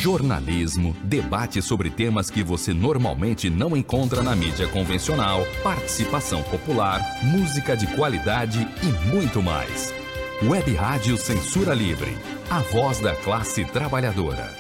jornalismo, debate sobre temas que você normalmente não encontra na mídia convencional, participação popular, música de qualidade e muito mais. Web Rádio Censura Livre, a voz da classe trabalhadora.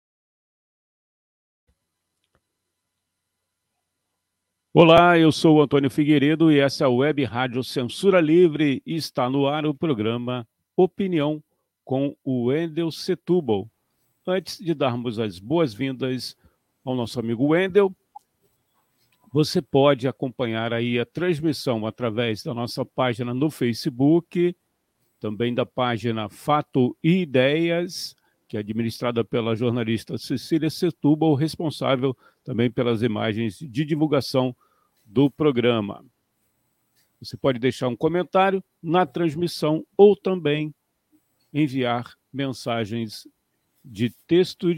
Olá, eu sou o Antônio Figueiredo e essa é a Web Rádio Censura Livre e está no ar o programa Opinião com o Wendel Setúbal. Antes de darmos as boas-vindas ao nosso amigo Wendel, você pode acompanhar aí a transmissão através da nossa página no Facebook, também da página Fato e Ideias, que é administrada pela jornalista Cecília Setúbal, responsável também pelas imagens de divulgação do programa. Você pode deixar um comentário na transmissão ou também enviar mensagens de texto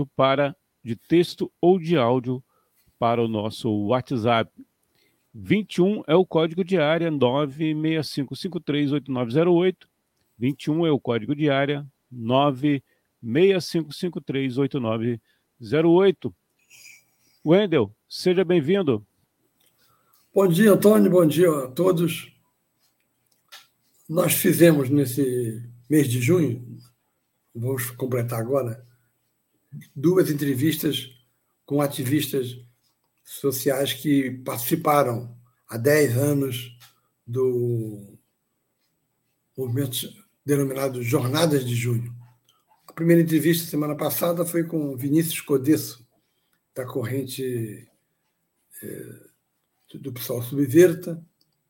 ou de áudio para o nosso WhatsApp. 21 é o código de área 965538908. 21 é o código de área 965538908. Wendel, seja bem-vindo. Bom dia, Antônio. Bom dia a todos. Nós fizemos nesse mês de junho, vamos completar agora, 2 entrevistas com ativistas sociais que participaram há 10 anos do movimento denominado Jornadas de Junho. A primeira entrevista, semana passada, foi com Vinícius Codesso, da corrente do PSOL Subverta,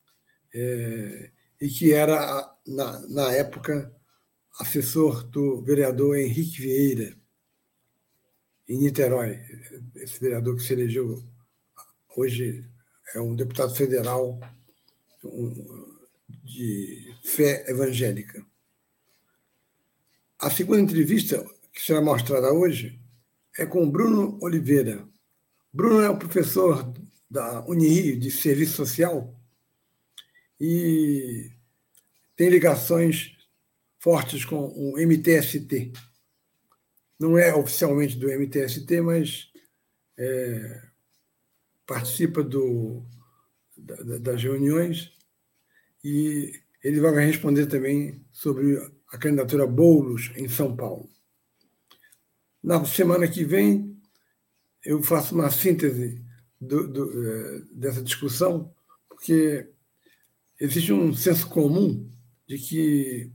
e que era, na época, assessor do vereador Henrique Vieira, em Niterói. Esse vereador que se elegeu hoje é um deputado federal de fé evangélica. A segunda entrevista, que será mostrada hoje, é com Bruno Oliveira. Bruno é um professor da Unirio de Serviço Social e tem ligações fortes com o MTST. Não é oficialmente do MTST, mas participa das reuniões, e ele vai responder também sobre a candidatura Boulos em São Paulo. Na semana que vem, eu faço uma síntese dessa discussão, porque existe um senso comum de que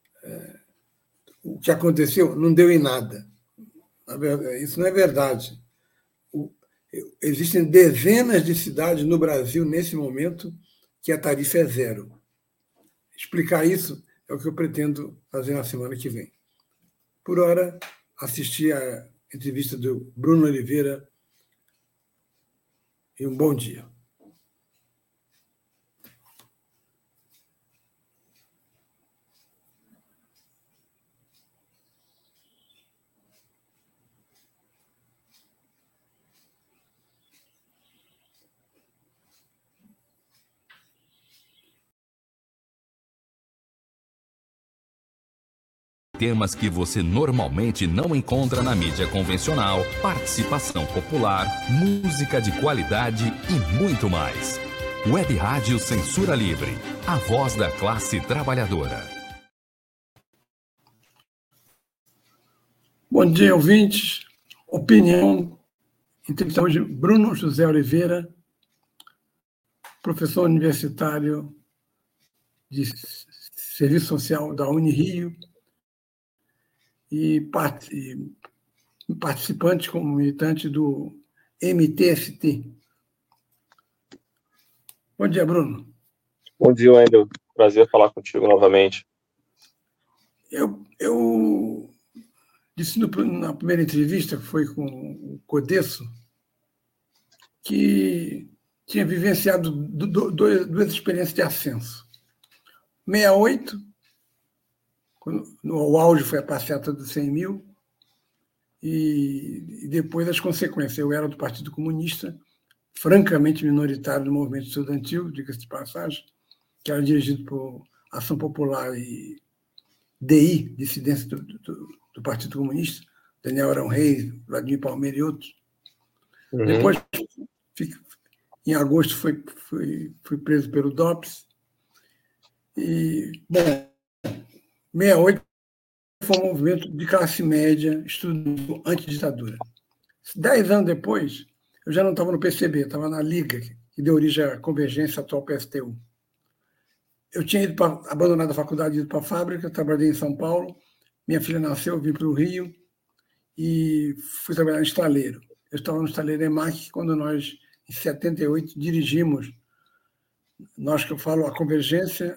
o que aconteceu não deu em nada. Isso não é verdade. Existem dezenas de cidades no Brasil, nesse momento, que a tarifa é 0. Explicar isso é o que eu pretendo fazer na semana que vem. Por hora, assisti a entrevista do Bruno Oliveira e um bom dia. Temas que você normalmente não encontra na mídia convencional, participação popular, música de qualidade e muito mais. Web Rádio Censura Livre, a voz da classe trabalhadora. Bom dia, ouvintes. Opinião. Entrevista hoje Bruno José Oliveira, professor universitário de Serviço Social da Unirio, e participante como militante do MTST. Bom dia, Bruno. Bom dia, Wendel. Prazer falar contigo novamente. Eu disse na primeira entrevista, que foi com o Codesso, que tinha vivenciado 2 experiências de ascenso. 68, o auge foi a passeata dos 100 mil, e depois as consequências. Eu era do Partido Comunista, francamente minoritário no movimento estudantil, diga-se de passagem, que era dirigido por Ação Popular e DI, dissidência do Partido Comunista, Daniel Arão Reis, Vladimir Palmeira e outros. Uhum. Depois, em agosto, fui preso pelo DOPS. E, bom, 68 foi um movimento de classe média, estudo anti-ditadura. 10 anos depois, eu já não estava no PCB, estava na Liga, que deu origem à Convergência, atual PSTU. Eu tinha abandonado a faculdade, ido para a fábrica, trabalhei em São Paulo, minha filha nasceu, vim para o Rio e fui trabalhar no estaleiro. Eu estava no estaleiro EMAC quando nós, em 78, dirigimos, nós que eu falo, a Convergência,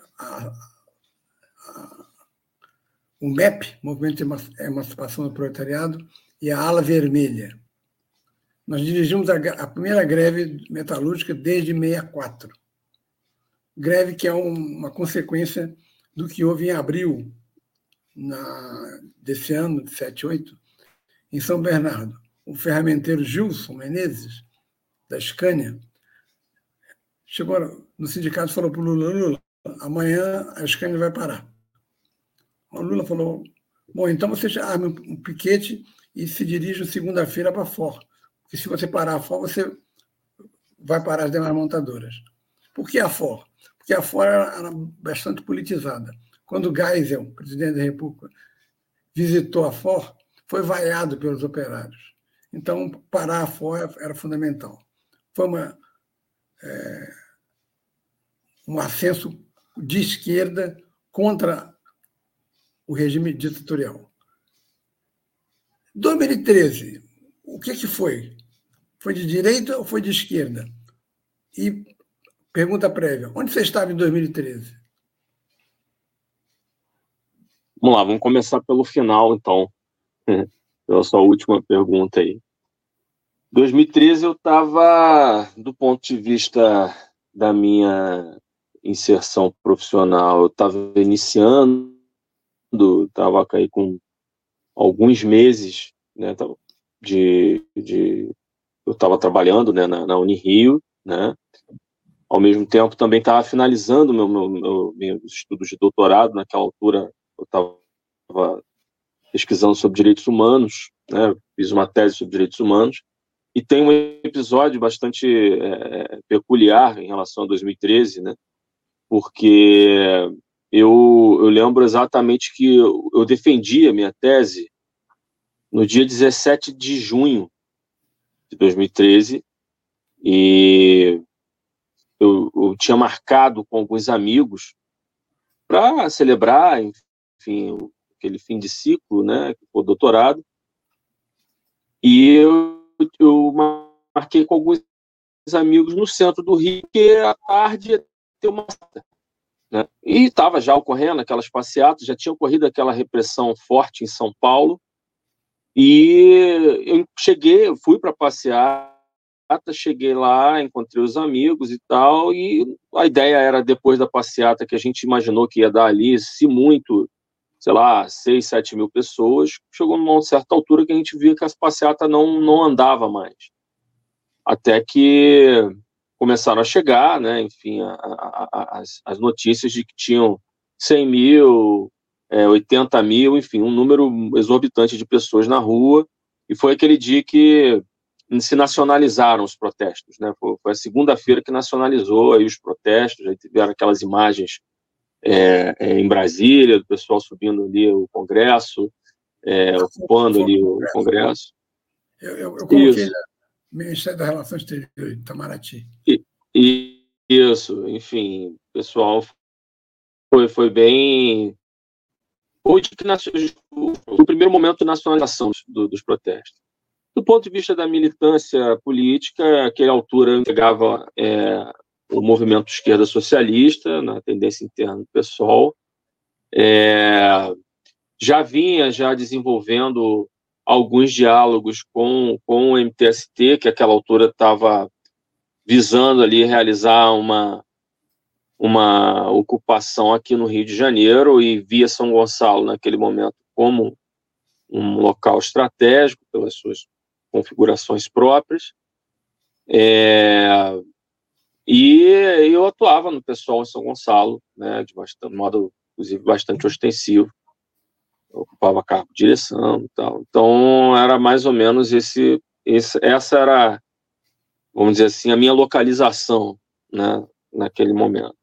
o MEP, Movimento de Emancipação do Proletariado, e a Ala Vermelha. Nós dirigimos a primeira greve metalúrgica desde 64. Greve que é uma consequência do que houve em abril desse ano, de 78, em São Bernardo. O ferramenteiro Gilson Menezes, da Scania, chegou no sindicato e falou para o Lula, amanhã a Scania vai parar. O Lula falou, bom, então você arma um piquete e se dirige segunda-feira para a Ford. Porque se você parar a Ford, você vai parar as demais montadoras. Por que a Ford? Porque a Ford era bastante politizada. Quando Geisel, presidente da República, visitou a Ford, foi vaiado pelos operários. Então, parar a Ford era fundamental. Foi um ascenso de esquerda contra o regime ditatorial. 2013, o que foi? Foi de direita ou foi de esquerda? E pergunta prévia, onde você estava em 2013? Vamos lá, vamos começar pelo final, então. Pela sua última pergunta aí. 2013 eu estava, do ponto de vista da minha inserção profissional, eu estava iniciando, estava aí com alguns meses, né, eu estava trabalhando, né, na Unirio, né, ao mesmo tempo também estava finalizando meus estudos de doutorado. Naquela altura eu estava pesquisando sobre direitos humanos, né, fiz uma tese sobre direitos humanos, e tem um episódio bastante peculiar em relação a 2013, né, porque eu lembro exatamente que eu defendi a minha tese no dia 17 de junho de 2013, e eu tinha marcado com alguns amigos para celebrar, enfim, aquele fim de ciclo, né, o doutorado, e eu marquei com alguns amigos no centro do Rio, que à tarde ia ter uma... né? E estava já ocorrendo aquelas passeatas, já tinha ocorrido aquela repressão forte em São Paulo, e eu fui para passeata, cheguei lá, encontrei os amigos e tal, e a ideia era, depois da passeata, que a gente imaginou que ia dar ali, se muito, sei lá, 6, 7 mil pessoas, chegou numa certa altura que a gente via que as passeatas não andava mais. Até que começaram a chegar, né, enfim, as notícias de que tinham 100 mil, 80 mil, enfim, um número exorbitante de pessoas na rua, e foi aquele dia que se nacionalizaram os protestos, né? Foi a segunda-feira que nacionalizou aí os protestos, aí tiveram aquelas imagens em Brasília, do pessoal subindo ali o Congresso, ocupando ali o Congresso. Eu coloquei no Ministério das Relações Exteriores, de Itamaraty. Isso, enfim, o pessoal foi bem... o primeiro momento de nacionalização dos protestos. Do ponto de vista da militância política, àquela altura pegava o movimento esquerda socialista, na tendência interna do PSOL, já vinha desenvolvendo alguns diálogos com o MTST, que àquela altura estava visando ali realizar uma ocupação aqui no Rio de Janeiro, e via São Gonçalo naquele momento como um local estratégico pelas suas configurações próprias, e eu atuava no pessoal em São Gonçalo, né, de modo, inclusive, bastante ostensivo, ocupava cargo de direção e tal. Então, era mais ou menos essa era, vamos dizer assim, a minha localização, né, naquele momento.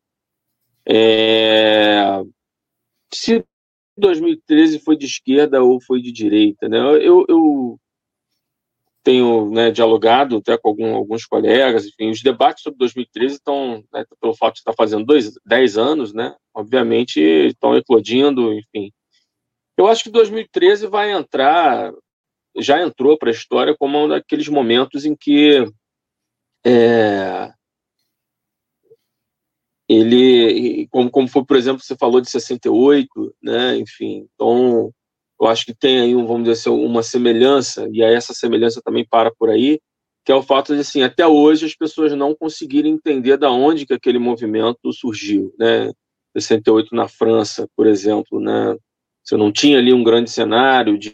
Se 2013 foi de esquerda ou foi de direita, né? Eu tenho, né, dialogado até com alguns colegas, enfim, os debates sobre 2013 estão, né, pelo fato de estar fazendo 10 anos, né, obviamente estão eclodindo, enfim. Eu acho que 2013 vai entrar, já entrou para a história como um daqueles momentos em que ele, como foi, por exemplo, você falou de 68, né, enfim, então eu acho que tem aí, vamos dizer assim, uma semelhança, e aí essa semelhança também para por aí, que é o fato de, assim, até hoje as pessoas não conseguirem entender de onde que aquele movimento surgiu, né, 68 na França, por exemplo, né, você não tinha ali um grande cenário de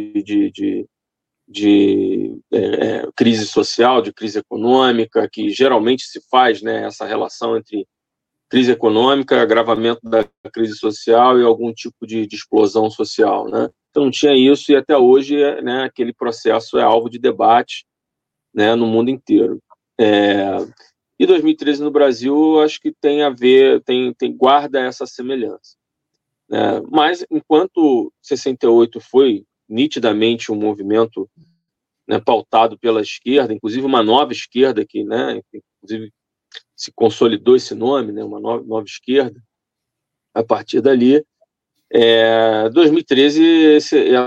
crise social, de crise econômica, que geralmente se faz, né, essa relação entre crise econômica, agravamento da crise social e algum tipo de explosão social, né? Então não tinha isso, e até hoje, né, aquele processo é alvo de debate, né, no mundo inteiro. E 2013 no Brasil, acho que tem a ver, guarda essa semelhança, né? Mas enquanto 68 foi nitidamente um movimento, né, pautado pela esquerda, inclusive uma nova esquerda que, né, inclusive se consolidou esse nome, né, uma nova esquerda, a partir dali, 2013,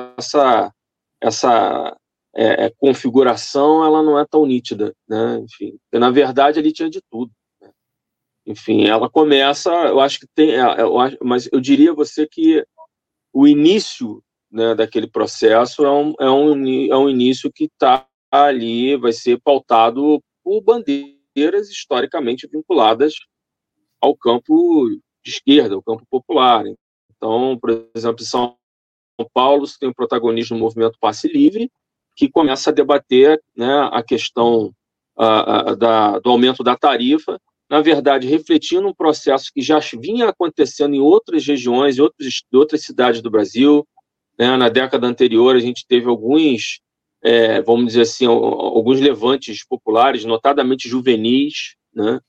essa configuração, ela não é tão nítida, né, enfim, porque, na verdade, ali tinha de tudo, né? Enfim, ela começa, eu acho que tem, mas eu diria a você que o início, né, daquele processo é um início que está ali, vai ser pautado por bandeiras historicamente vinculadas ao campo de esquerda, ao campo popular. Então, por exemplo, em São Paulo, você tem o protagonismo do movimento Passe Livre, que começa a debater, né, a questão do aumento da tarifa, na verdade, refletindo um processo que já vinha acontecendo em outras regiões, em outras cidades do Brasil, né? Na década anterior, a gente teve alguns, vamos dizer assim, alguns levantes populares, notadamente juvenis, né?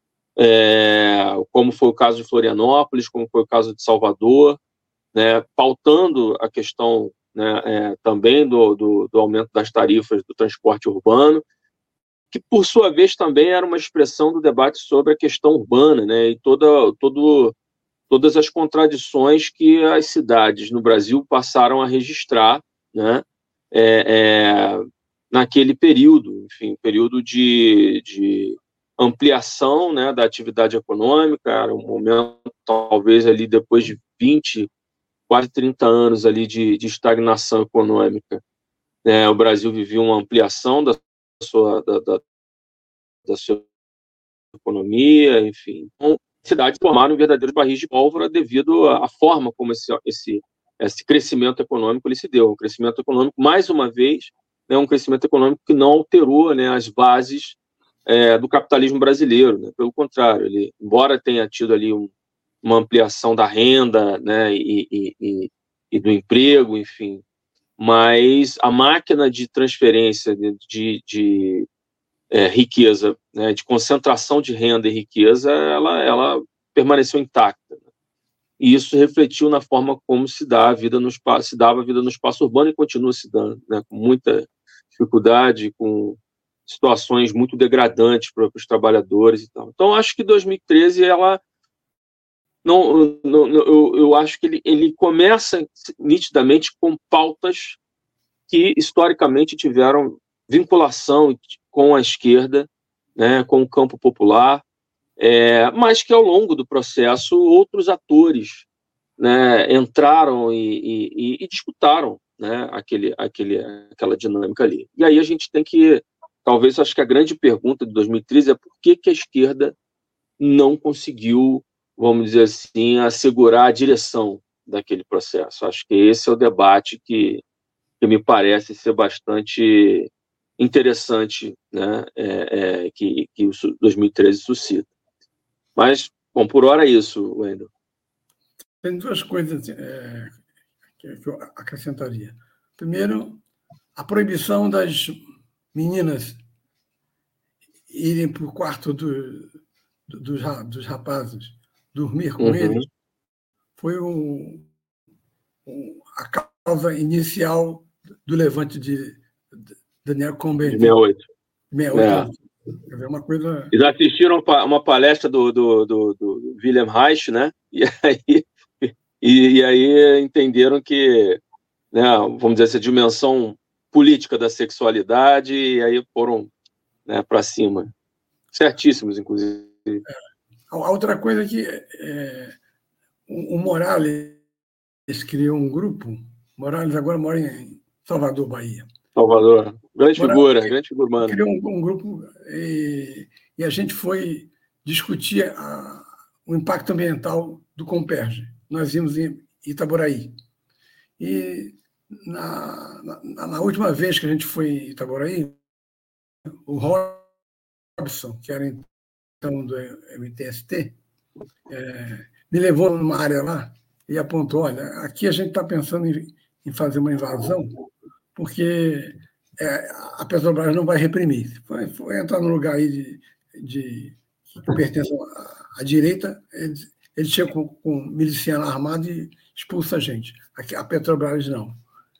Como foi o caso de Florianópolis, como foi o caso de Salvador, né? Pautando a questão, né, também do aumento das tarifas do transporte urbano, que, por sua vez, também era uma expressão do debate sobre a questão urbana, né? E todas as contradições que as cidades no Brasil passaram a registrar, né, naquele período, enfim, período de ampliação, né, da atividade econômica, era um momento, talvez, ali depois de 20, quase 30 anos ali de estagnação econômica, né, o Brasil vivia uma ampliação da sua economia, enfim. Então, cidades formaram verdadeiros barris de pólvora devido à forma como esse crescimento econômico ele se deu. Um crescimento econômico, mais uma vez, né, um crescimento econômico que não alterou, né, as bases do capitalismo brasileiro, né? Pelo contrário, ele, embora tenha tido ali uma ampliação da renda, né, e do emprego, enfim, mas a máquina de transferência de riqueza, né, de concentração de renda e riqueza, ela permaneceu intacta, né? E isso refletiu na forma como se dava a vida no espaço urbano e continua se dando, né, com muita dificuldade, com situações muito degradantes para os trabalhadores e tal. Então, acho que 2013 eu acho que ele começa nitidamente com pautas que historicamente tiveram vinculação com a esquerda, né, com o campo popular, mas que ao longo do processo outros atores, né, entraram e disputaram, né, aquela dinâmica ali. E aí a gente tem que, talvez, acho que a grande pergunta de 2013 é por que a esquerda não conseguiu, vamos dizer assim, assegurar a direção daquele processo. Acho que esse é o debate que me parece ser bastante interessante, né, que o 2013 suscita. Mas, bom, por hora é isso, Wendel. Tem duas coisas que eu acrescentaria. Primeiro, a proibição das meninas irem para o quarto dos rapazes, dormir com eles, foi a causa inicial do levante de Daniel Cohn-Bendit. 68. Quer dizer, uma coisa... Eles assistiram uma palestra do Wilhelm Reich, né? E aí entenderam que, né, vamos dizer, essa dimensão política da sexualidade, e aí foram, né, para cima. Certíssimos, inclusive. A outra coisa é que o Morales criou um grupo. Morales agora mora em Salvador, Bahia. Salvador, grande figura humana. Criou um grupo e a gente foi discutir o impacto ambiental do Comperge. Nós vimos em Itaboraí. E na última vez que a gente foi em Itaboraí, o Robson, que era então do MTST, me levou numa área lá e apontou: olha, aqui a gente está pensando em fazer uma invasão, porque a Petrobras não vai reprimir. Foi entrar num lugar aí que pertence à direita, ele chega com miliciano armado e expulsa a gente. Aqui, a Petrobras não.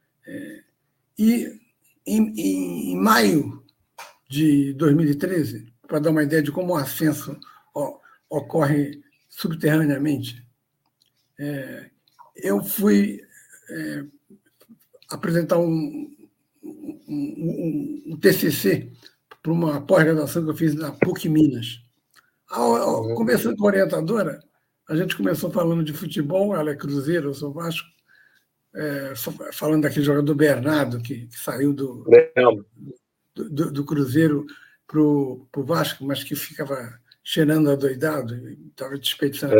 E em maio de 2013, para dar uma ideia de como o ascenso ocorre subterraneamente, eu fui apresentar um TCC para uma pós-graduação que eu fiz na PUC Minas. Conversando com a orientadora, a gente começou falando de futebol, ela é Cruzeiro, eu sou Vasco, falando daquele jogador Bernardo, que saiu do Cruzeiro para o Vasco, mas que ficava cheirando adoidado, estava desperdiçando.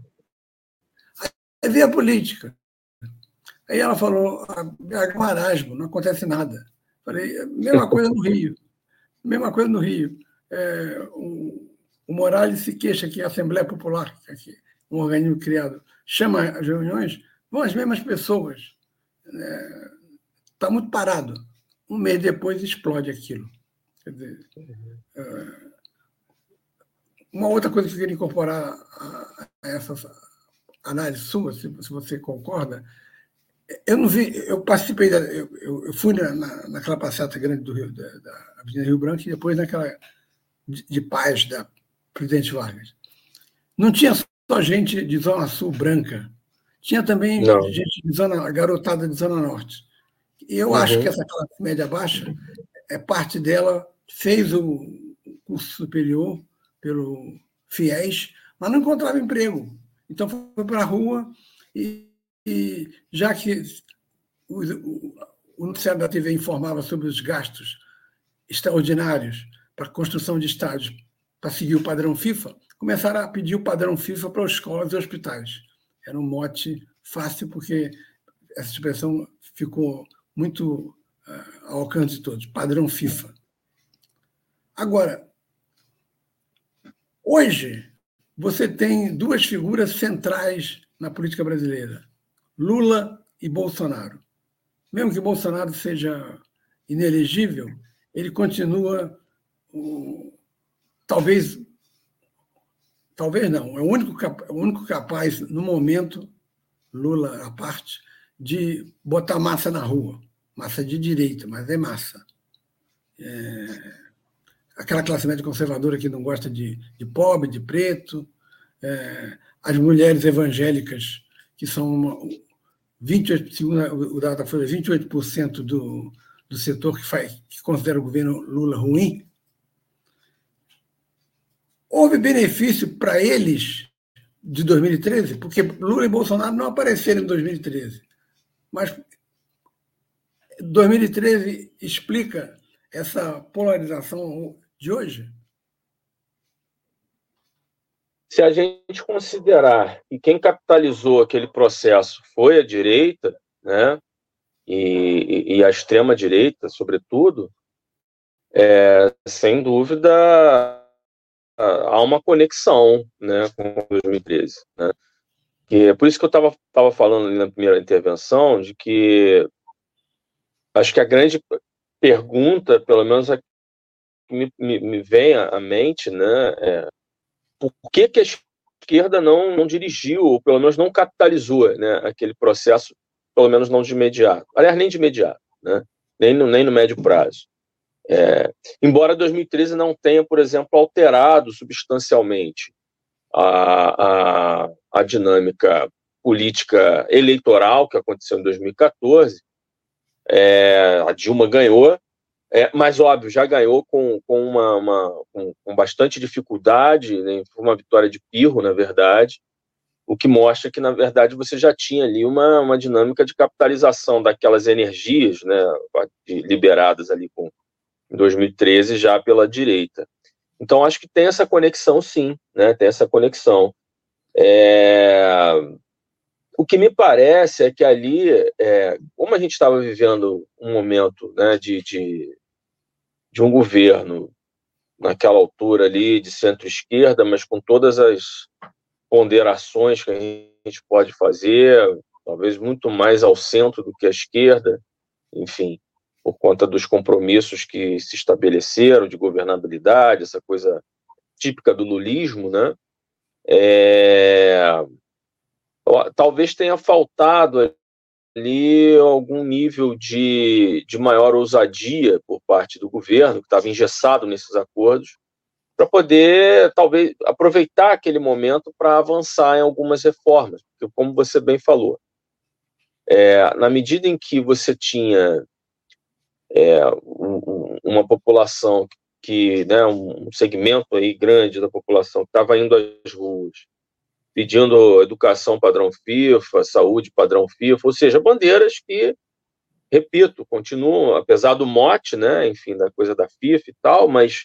Aí veio a política. Aí ela falou: marasmo, não acontece nada. Falei: mesma coisa no Rio. Mesma coisa no Rio. O Morales se queixa que a Assembleia Popular, que um organismo criado, chama as reuniões, vão as mesmas pessoas. Está muito parado. Um mês depois explode aquilo. Quer dizer, uma outra coisa que eu queria incorporar a essa análise sua, se você concorda, eu não vi, eu participei, eu fui naquela passeata grande do Rio, da Avenida Rio Branco, e depois naquela de paz da Presidente Vargas. Não tinha só gente de Zona Sul branca, tinha também gente de garotada de Zona Norte. E eu acho que essa classe média baixa, parte dela fez o curso superior pelo FIES, mas não encontrava emprego. Então foi para a rua e já que o noticiário da TV informava sobre os gastos extraordinários para a construção de estádios para seguir o padrão FIFA, começaram a pedir o padrão FIFA para as escolas e hospitais. Era um mote fácil, porque essa expressão ficou muito ao alcance de todos, padrão FIFA. Agora, hoje, você tem duas figuras centrais na política brasileira, Lula e Bolsonaro. Mesmo que Bolsonaro seja inelegível, ele continua, talvez não, é o único capaz, no momento, Lula à parte, de botar massa na rua. Massa de direita, mas é massa. Aquela classe média conservadora que não gosta de pobre, de preto, as mulheres evangélicas, que são 28%, segundo o dado da Folha, 28% do setor que considera o governo Lula ruim. Houve benefício para eles de 2013, porque Lula e Bolsonaro não apareceram em 2013. Mas 2013 explica essa polarização de hoje? Se a gente considerar que quem capitalizou aquele processo foi a direita, né, e a extrema-direita, sobretudo, sem dúvida há uma conexão, né, com 2013. Né? É por isso que eu estava falando ali na primeira intervenção, de que acho que a grande pergunta, pelo menos a que me vem à mente, né, por que a esquerda não dirigiu, ou pelo menos não capitalizou, né, aquele processo, pelo menos não de imediato. Aliás, nem de imediato, né, nem no médio prazo. Embora 2013 não tenha, por exemplo, alterado substancialmente a dinâmica política eleitoral que aconteceu em 2014, a Dilma ganhou, mas, óbvio, já ganhou com bastante dificuldade, né? Foi uma vitória de pirro, na verdade, o que mostra que, na verdade, você já tinha ali uma dinâmica de capitalização daquelas energias, né, liberadas ali em 2013 já pela direita. Então, acho que tem essa conexão, sim, né? Tem essa conexão. O que me parece é que ali, como a gente estava vivendo um momento, né, de um governo naquela altura ali de centro-esquerda, mas com todas as ponderações que a gente pode fazer, talvez muito mais ao centro do que à esquerda, enfim, por conta dos compromissos que se estabeleceram de governabilidade, essa coisa típica do lulismo, né? Talvez tenha faltado ali algum nível de maior ousadia por parte do governo, que estava engessado nesses acordos, para poder, talvez, aproveitar aquele momento para avançar em algumas reformas. Porque, como você bem falou, na medida em que você tinha uma população que, né, um segmento aí grande da população que estava indo às ruas, pedindo educação padrão FIFA, saúde padrão FIFA, ou seja, bandeiras que, repito, continuam, apesar do mote, né, enfim, da coisa da FIFA e tal, mas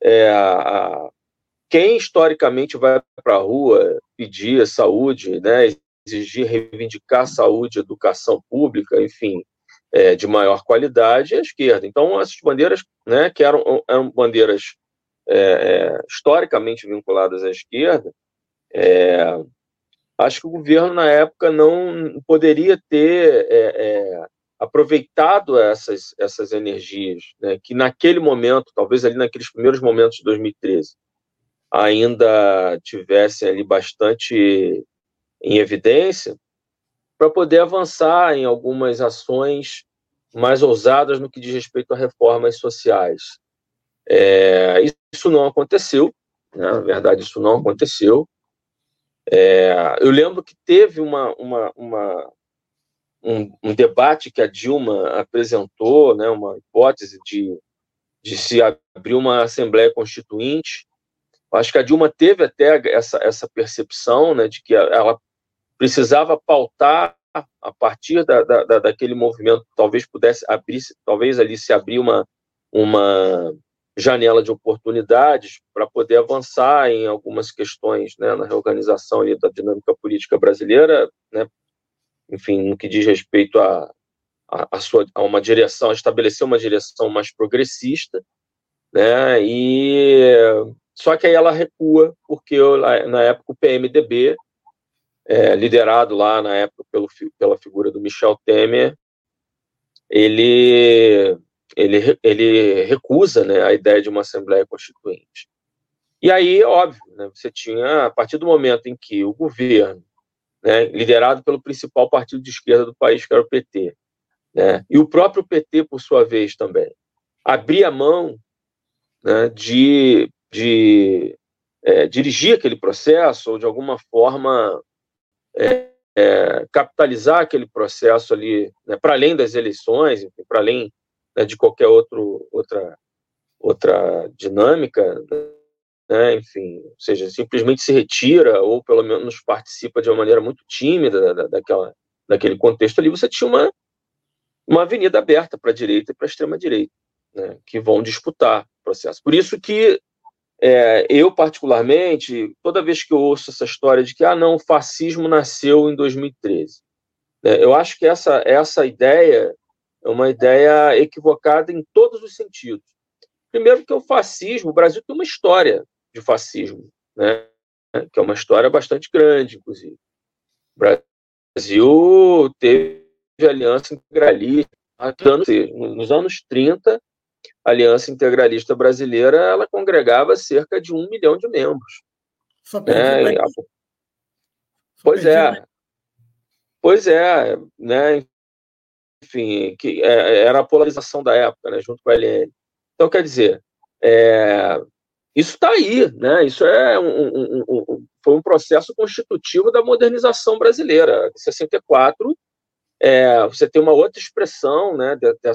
quem historicamente vai para a rua pedir saúde, né, exigir, reivindicar saúde, educação pública, enfim, de maior qualidade, é a esquerda. Então, essas bandeiras, né, que eram bandeiras historicamente vinculadas à esquerda, acho que o governo, na época, não poderia ter aproveitado essas energias, né, que naquele momento, talvez ali naqueles primeiros momentos de 2013, ainda tivessem ali bastante em evidência, para poder avançar em algumas ações mais ousadas no que diz respeito a reformas sociais. Isso não aconteceu, né? Na verdade, isso não aconteceu. Eu lembro que teve um debate que a Dilma apresentou, né, uma hipótese de se abrir uma Assembleia Constituinte. Acho que a Dilma teve até essa percepção, né, de que ela precisava pautar a partir daquele movimento, talvez pudesse abrir, talvez ali se abrir uma janela de oportunidades para poder avançar em algumas questões, né, na reorganização ali da dinâmica política brasileira, né, enfim, no que diz respeito a uma direção, a estabelecer uma direção mais progressista, né, só que aí ela recua, porque na época o PMDB, liderado lá na época pela figura do Michel Temer, ele recusa, né, a ideia de uma Assembleia Constituinte. E aí, óbvio, né, você tinha, a partir do momento em que o governo, né, liderado pelo principal partido de esquerda do país, que era o PT, né, e o próprio PT, por sua vez, também, abria mão, né, de dirigir aquele processo, ou de alguma forma capitalizar aquele processo ali, né, para além das eleições, para além, né, de qualquer outra dinâmica, né, enfim, ou seja, simplesmente se retira ou pelo menos participa de uma maneira muito tímida daquele contexto ali, você tinha uma avenida aberta para a direita e para a extrema-direita, né, que vão disputar o processo. Por isso que eu, particularmente, toda vez que eu ouço essa história de que o fascismo nasceu em 2013, né, eu acho que essa ideia é uma ideia equivocada em todos os sentidos. Primeiro que o Brasil tem uma história de fascismo, né, que é uma história bastante grande, inclusive. O Brasil teve aliança integralista. Nos anos 30, a Aliança Integralista Brasileira ela congregava cerca de 1 milhão de membros. Pois é, né? Enfim, era a polarização da época, né, junto com a LN. Então, quer dizer, isso está aí, né? Isso foi um processo constitutivo da modernização brasileira. Em 64, você tem uma outra expressão, né,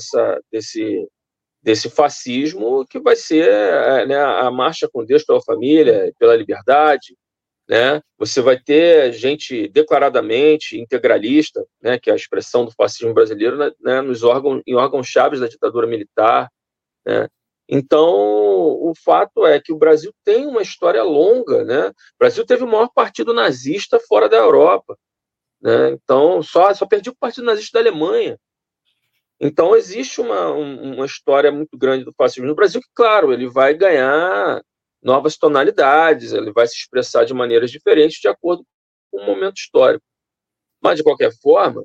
desse fascismo que vai ser né, a marcha com Deus pela família, pela liberdade, né? Você vai ter gente declaradamente integralista, né, que é a expressão do fascismo brasileiro, né, em órgãos chaves da ditadura militar, né? Então, o fato é que o Brasil tem uma história longa, né? O Brasil teve o maior partido nazista fora da Europa, né? Então, só perdi o partido nazista da Alemanha. Então, existe uma história muito grande do fascismo no Brasil que, claro, ele vai ganhar novas tonalidades, ele vai se expressar de maneiras diferentes de acordo com o momento histórico. Mas, de qualquer forma,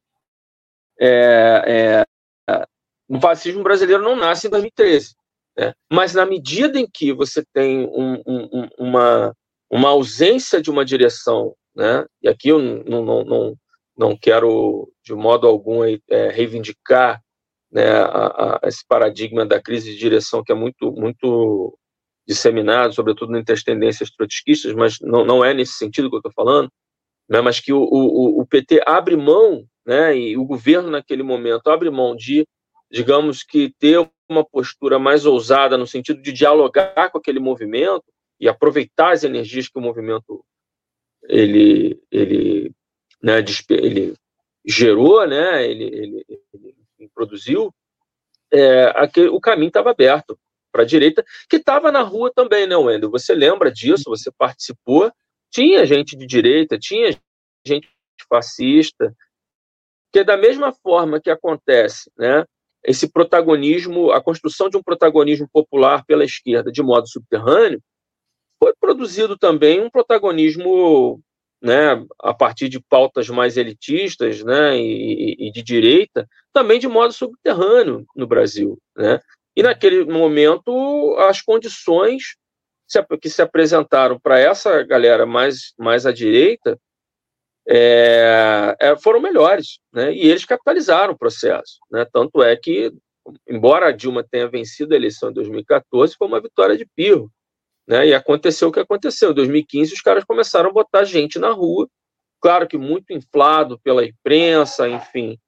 o fascismo brasileiro não nasce em 2013. Né? Mas, na medida em que você tem uma ausência de uma direção, né? E aqui eu não quero, de modo algum, reivindicar, né, esse paradigma da crise de direção que é muito, muito disseminado, sobretudo entre as tendências trotskistas, mas não é nesse sentido que eu estou falando, né, mas que o PT abre mão, né, e o governo naquele momento abre mão de, digamos que, ter uma postura mais ousada no sentido de dialogar com aquele movimento e aproveitar as energias que o movimento ele gerou, né, ele produziu, o caminho estava aberto para a direita, que estava na rua também, né, Wendel? Você lembra disso, você participou, tinha gente de direita, tinha gente fascista, que da mesma forma que acontece, né, esse protagonismo, a construção de um protagonismo popular pela esquerda de modo subterrâneo, foi produzido também um protagonismo, né, a partir de pautas mais elitistas, né, e de direita, também de modo subterrâneo no Brasil, né? E naquele momento as condições que se apresentaram para essa galera mais à direita foram melhores, né? E eles capitalizaram o processo, né? Tanto é que, embora a Dilma tenha vencido a eleição em 2014, foi uma vitória de pirro, né? E aconteceu o que aconteceu. Em 2015, os caras começaram a botar gente na rua, claro que muito inflado pela imprensa, enfim,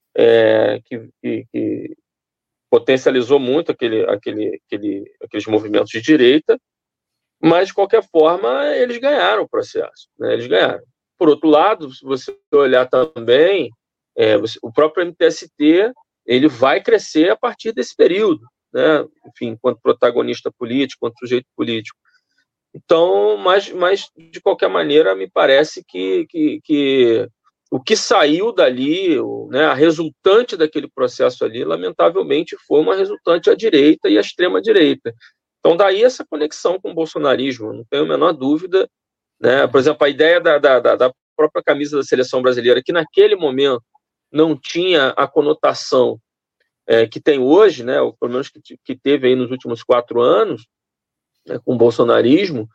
que potencializou muito aqueles movimentos de direita, mas, de qualquer forma, eles ganharam o processo, né? Eles ganharam. Por outro lado, se você olhar também, o próprio MTST ele vai crescer a partir desse período, né? Enfim, enquanto protagonista político, enquanto sujeito político. Então, mas de qualquer maneira, me parece que o que saiu dali, né, a resultante daquele processo ali, lamentavelmente, foi uma resultante à direita e à extrema-direita. Então, daí essa conexão com o bolsonarismo, não tenho a menor dúvida, né? Por exemplo, a ideia da própria camisa da seleção brasileira, que naquele momento não tinha a conotação que tem hoje, né, ou pelo menos que teve aí nos últimos 4 anos, né, com o bolsonarismo,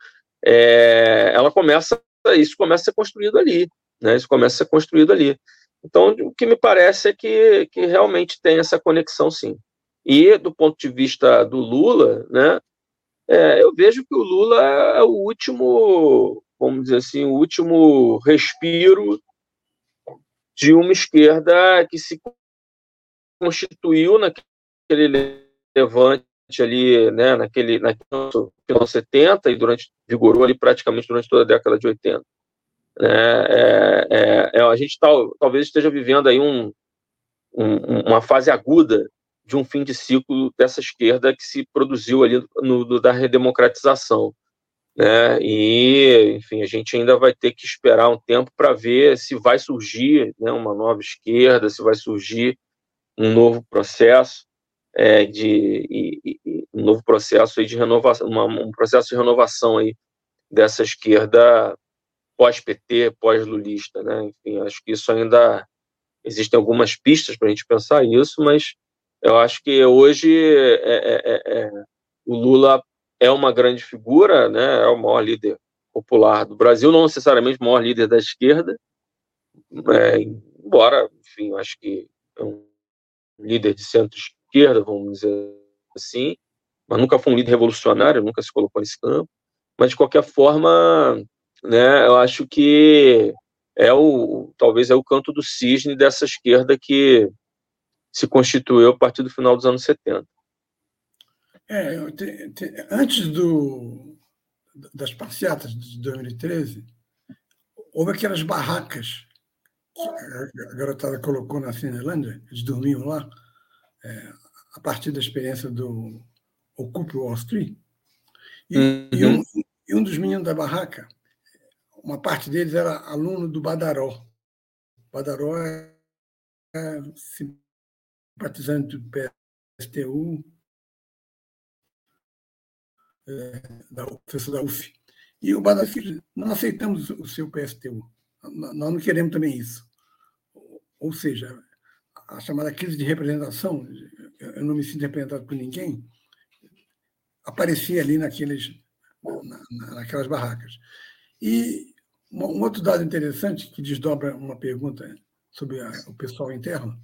isso começa a ser construído ali, né? Isso começa a ser construído ali. Então, o que me parece é que realmente tem essa conexão, sim. E, do ponto de vista do Lula, né, eu vejo que o Lula é o último, vamos dizer assim, o último respiro de uma esquerda que se constituiu naquele levante ali, né, naquele final 70 e vigorou ali praticamente durante toda a década de 80. A gente talvez esteja vivendo aí uma fase aguda de um fim de ciclo dessa esquerda que se produziu ali da redemocratização, né? E, enfim, a gente ainda vai ter que esperar um tempo para ver se vai surgir, né, uma nova esquerda, se vai surgir um novo processo um novo processo aí de renovação, um processo de renovação aí dessa esquerda pós-PT, pós-lulista, né? Enfim, acho que isso ainda existem algumas pistas para a gente pensar isso, mas eu acho que hoje o Lula é uma grande figura, né? É o maior líder popular do Brasil, não necessariamente o maior líder da esquerda, embora, enfim, acho que é um líder de centro-esquerda, vamos dizer assim, mas nunca foi um líder revolucionário, nunca se colocou nesse campo. Mas, de qualquer forma, né, eu acho que talvez é o canto do cisne dessa esquerda que se constituiu a partir do final dos anos 70. Antes das passeatas de 2013, houve aquelas barracas que a garotada colocou na Cinelândia, eles dormiam lá, a partir da experiência do Occupy Wall Street. E um dos meninos da barraca, uma parte deles era aluno do Badaró. Badaró é simpatizante do PSTU, professor da UF. E o Badaró disse: não aceitamos o seu PSTU, nós não queremos também isso. Ou seja, a chamada crise de representação, eu não me sinto representado por ninguém, aparecia ali naquelas barracas. E um outro dado interessante, que desdobra uma pergunta sobre o pessoal interno,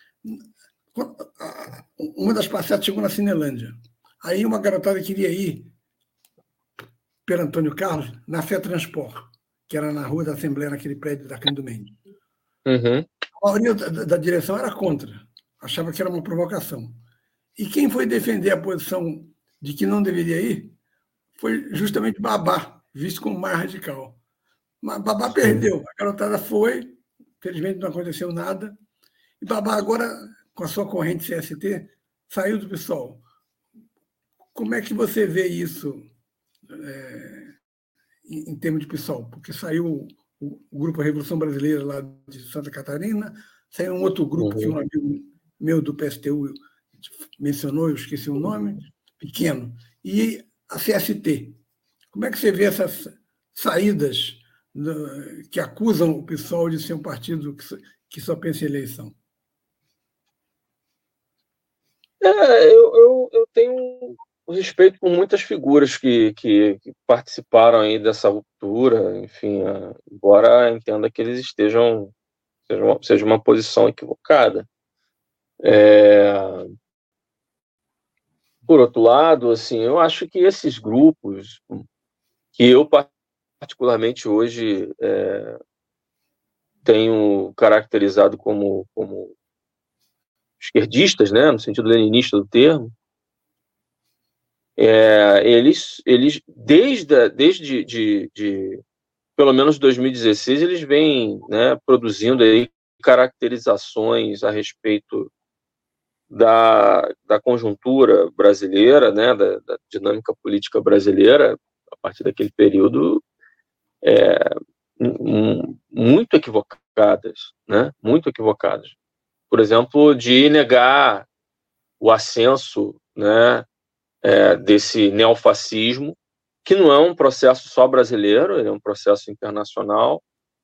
uma das passeatas chegou na Cinelândia. Aí uma garotada queria ir pelo Antônio Carlos na Fé Transport, que era na Rua da Assembleia, naquele prédio da Cândido Mendes. A maioria da direção era contra, achava que era uma provocação. E quem foi defender a posição de que não deveria ir foi justamente Babá, visto como mais radical. Mas Babá perdeu, a garotada foi, felizmente não aconteceu nada, e Babá agora, com a sua corrente CST, saiu do PSOL. Como é que você vê isso em termos de PSOL? Porque saiu o grupo Revolução Brasileira lá de Santa Catarina, saiu um outro grupo que um amigo meu do PSTU mencionou, eu esqueci o nome, pequeno, e a CST. Como é que você vê essas saídas que acusam o PSOL de ser um partido que só pensa em eleição? Eu tenho respeito por muitas figuras que participaram aí dessa ruptura, enfim, embora entenda que eles seja uma posição equivocada. Por outro lado, assim, eu acho que esses grupos, que eu particularmente hoje tenho caracterizado como esquerdistas, né, no sentido leninista do termo, eles desde pelo menos 2016, eles vêm, né, produzindo aí caracterizações a respeito da conjuntura brasileira, né, da dinâmica política brasileira, a partir daquele período, muito equivocadas, né, muito equivocadas. Por exemplo, de negar o ascenso, né, desse neofascismo, que não é um processo só brasileiro, ele é um processo internacional,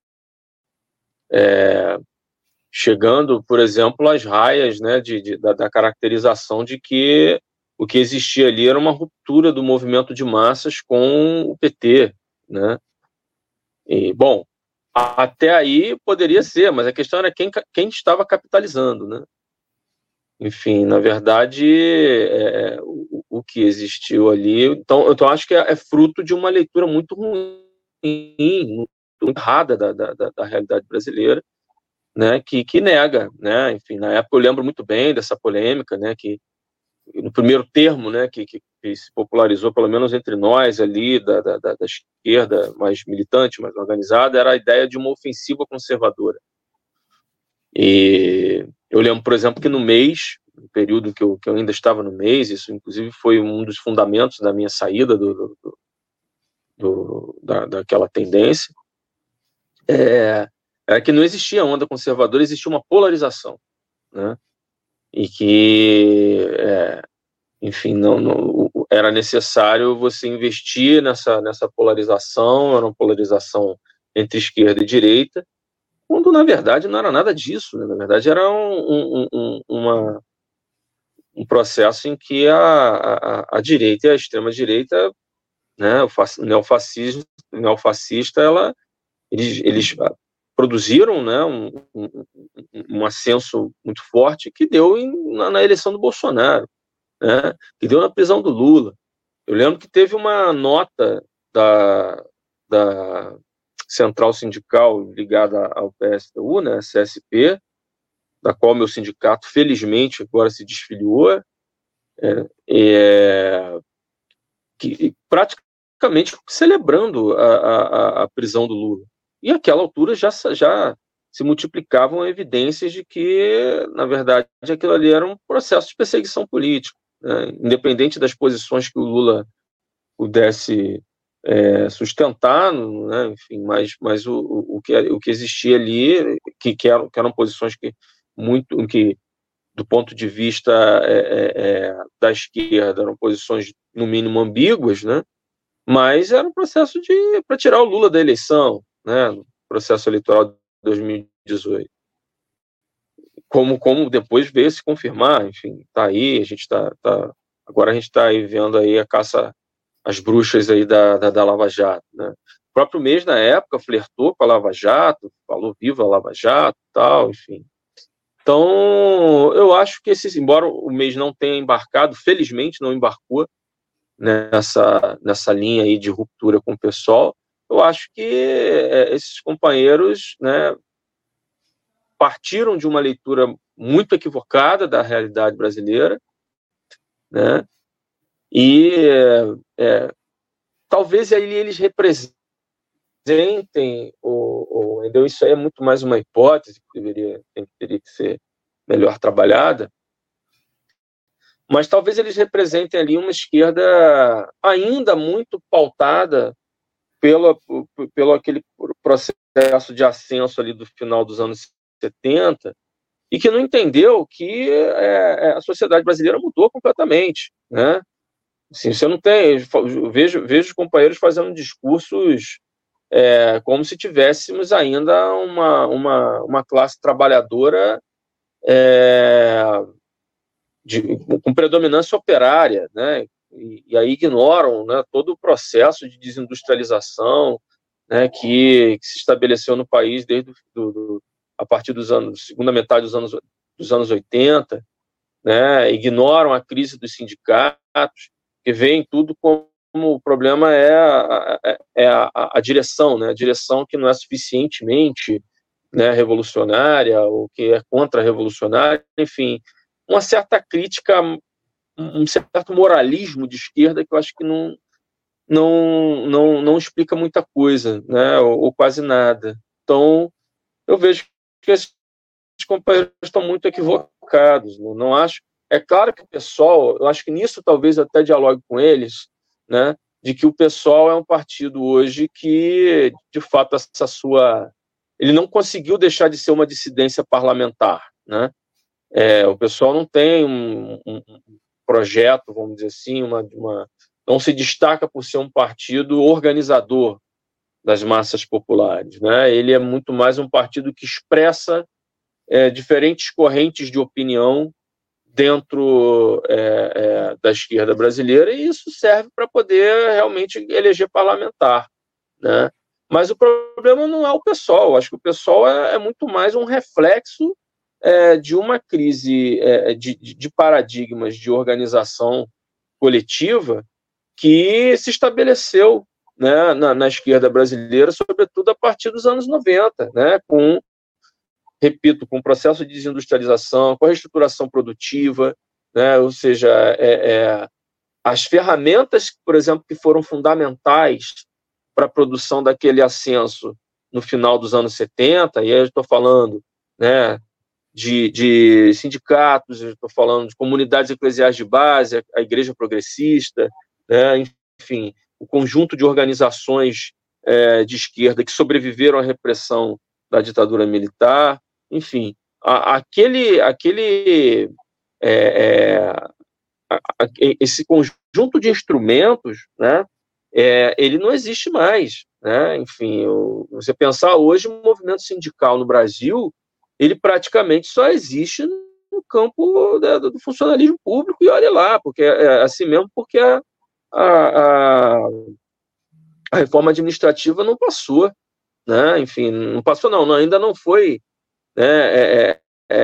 chegando, por exemplo, às raias, né, da caracterização de que o que existia ali era uma ruptura do movimento de massas com o PT, né? E, bom, até aí poderia ser, mas a questão era quem estava capitalizando, né? Enfim, na verdade, o que existiu ali... Então acho que é fruto de uma leitura muito ruim, muito errada da realidade brasileira, né, que nega, né? Enfim, na época eu lembro muito bem dessa polêmica, né, que no primeiro termo, né, que se popularizou, pelo menos entre nós ali, da esquerda mais militante, mais organizada, era a ideia de uma ofensiva conservadora. E eu lembro, por exemplo, que no período que eu ainda estava no MEIS, isso inclusive foi um dos fundamentos da minha saída daquela tendência, era que não existia onda conservadora, existia uma polarização, né? E que, enfim, não era necessário você investir nessa polarização, era uma polarização entre esquerda e direita, quando, na verdade, não era nada disso, né? Na verdade, era um processo em que a direita e a extrema-direita, né, o neofascista, eles produziram, né, um ascenso muito forte que deu na eleição do Bolsonaro, né, que deu na prisão do Lula. Eu lembro que teve uma nota da Central Sindical ligada ao PSTU, né, CSP, da qual meu sindicato, felizmente, agora se desfiliou, praticamente celebrando a prisão do Lula. E àquela altura já se multiplicavam evidências de que, na verdade, aquilo ali era um processo de perseguição política, né? Independente das posições que o Lula pudesse sustentar, né? Enfim, mas o que existia ali, que eram posições que do ponto de vista da esquerda, eram posições, no mínimo, ambíguas, né? Mas era um processo para tirar o Lula da eleição, né? No processo eleitoral de 2018. Como depois veio se confirmar, enfim, está aí, agora a gente está aí vendo aí a caça às bruxas aí da Lava Jato, né? O próprio mês, na época, flertou com a Lava Jato, falou viva a Lava Jato, tal, enfim. Então, eu acho que embora o mês não tenha embarcado, felizmente não embarcou nessa linha aí de ruptura com o PSOL, eu acho que esses companheiros, né, partiram de uma leitura muito equivocada da realidade brasileira, né, e talvez aí eles representem, entendeu? Isso aí é muito mais uma hipótese que teria que ser melhor trabalhada, mas talvez eles representem ali uma esquerda ainda muito pautada pelo aquele processo de ascenso ali do final dos anos 70, e que não entendeu que a sociedade brasileira mudou completamente, né? Assim, você não tem... Vejo os companheiros fazendo discursos como se tivéssemos ainda uma classe trabalhadora com predominância operária, né? E aí ignoram, né, todo o processo de desindustrialização, né, que se estabeleceu no país desde a partir segunda metade dos anos 80, né? Ignoram a crise dos sindicatos, que veem tudo como o problema é a direção, né? A direção que não é suficientemente, né, revolucionária, ou que é contra-revolucionária, enfim, uma certa crítica, um certo moralismo de esquerda que eu acho que não explica muita coisa, né, ou quase nada. Então, eu vejo que esses companheiros estão muito equivocados. Não acho. É claro que o PSOL, eu acho que nisso talvez eu até dialogue com eles, né, de que o PSOL é um partido hoje que, de fato, ele não conseguiu deixar de ser uma dissidência parlamentar, né? O PSOL não tem um projeto, vamos dizer assim, não se destaca por ser um partido organizador das massas populares, né? Ele é muito mais um partido que expressa diferentes correntes de opinião dentro da esquerda brasileira, e isso serve para poder realmente eleger parlamentar, né? Mas o problema não é o PSOL. Acho que o PSOL é muito mais um reflexo de uma crise de paradigmas de organização coletiva que se estabeleceu, né, na esquerda brasileira, sobretudo a partir dos anos 90, né, repito, com o processo de desindustrialização, com a reestruturação produtiva, né, ou seja, as ferramentas, por exemplo, que foram fundamentais para a produção daquele ascenso no final dos anos 70, e aí eu estou falando, né, de sindicatos, eu estou falando de comunidades eclesiais de base, a Igreja Progressista, né, enfim, o conjunto de organizações de esquerda que sobreviveram à repressão da ditadura militar, enfim, esse conjunto de instrumentos, né, ele não existe mais, né? Enfim, você pensar hoje, o movimento sindical no Brasil, ele praticamente só existe no campo do funcionalismo público, e olha lá, porque é assim mesmo, porque a reforma administrativa não passou, né? Enfim, não passou não, ainda não foi, né,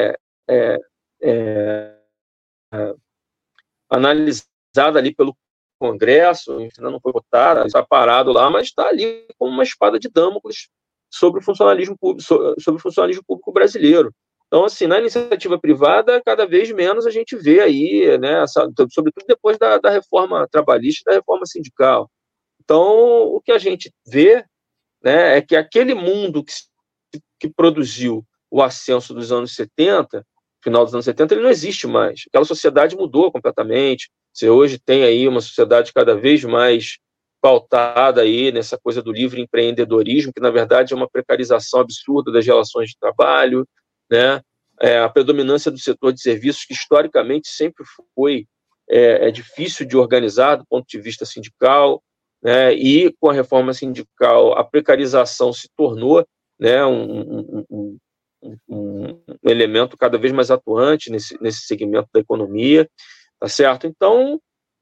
analisada ali pelo Congresso, ainda não foi votada, está parado lá, mas está ali como uma espada de Damocles sobre o funcionalismo público brasileiro. Então, assim, na iniciativa privada, cada vez menos a gente vê aí, né, sobretudo depois da reforma trabalhista e da reforma sindical. Então, o que a gente vê, né, é que aquele mundo que produziu o ascenso dos anos 70, final dos anos 70, ele não existe mais. Aquela sociedade mudou completamente. Você hoje tem aí uma sociedade cada vez mais pautada aí nessa coisa do livre empreendedorismo, que na verdade é uma precarização absurda das relações de trabalho, né? A predominância do setor de serviços, que historicamente sempre foi difícil de organizar do ponto de vista sindical, né? E com a reforma sindical a precarização se tornou, né, um elemento cada vez mais atuante nesse segmento da economia, tá certo? Então,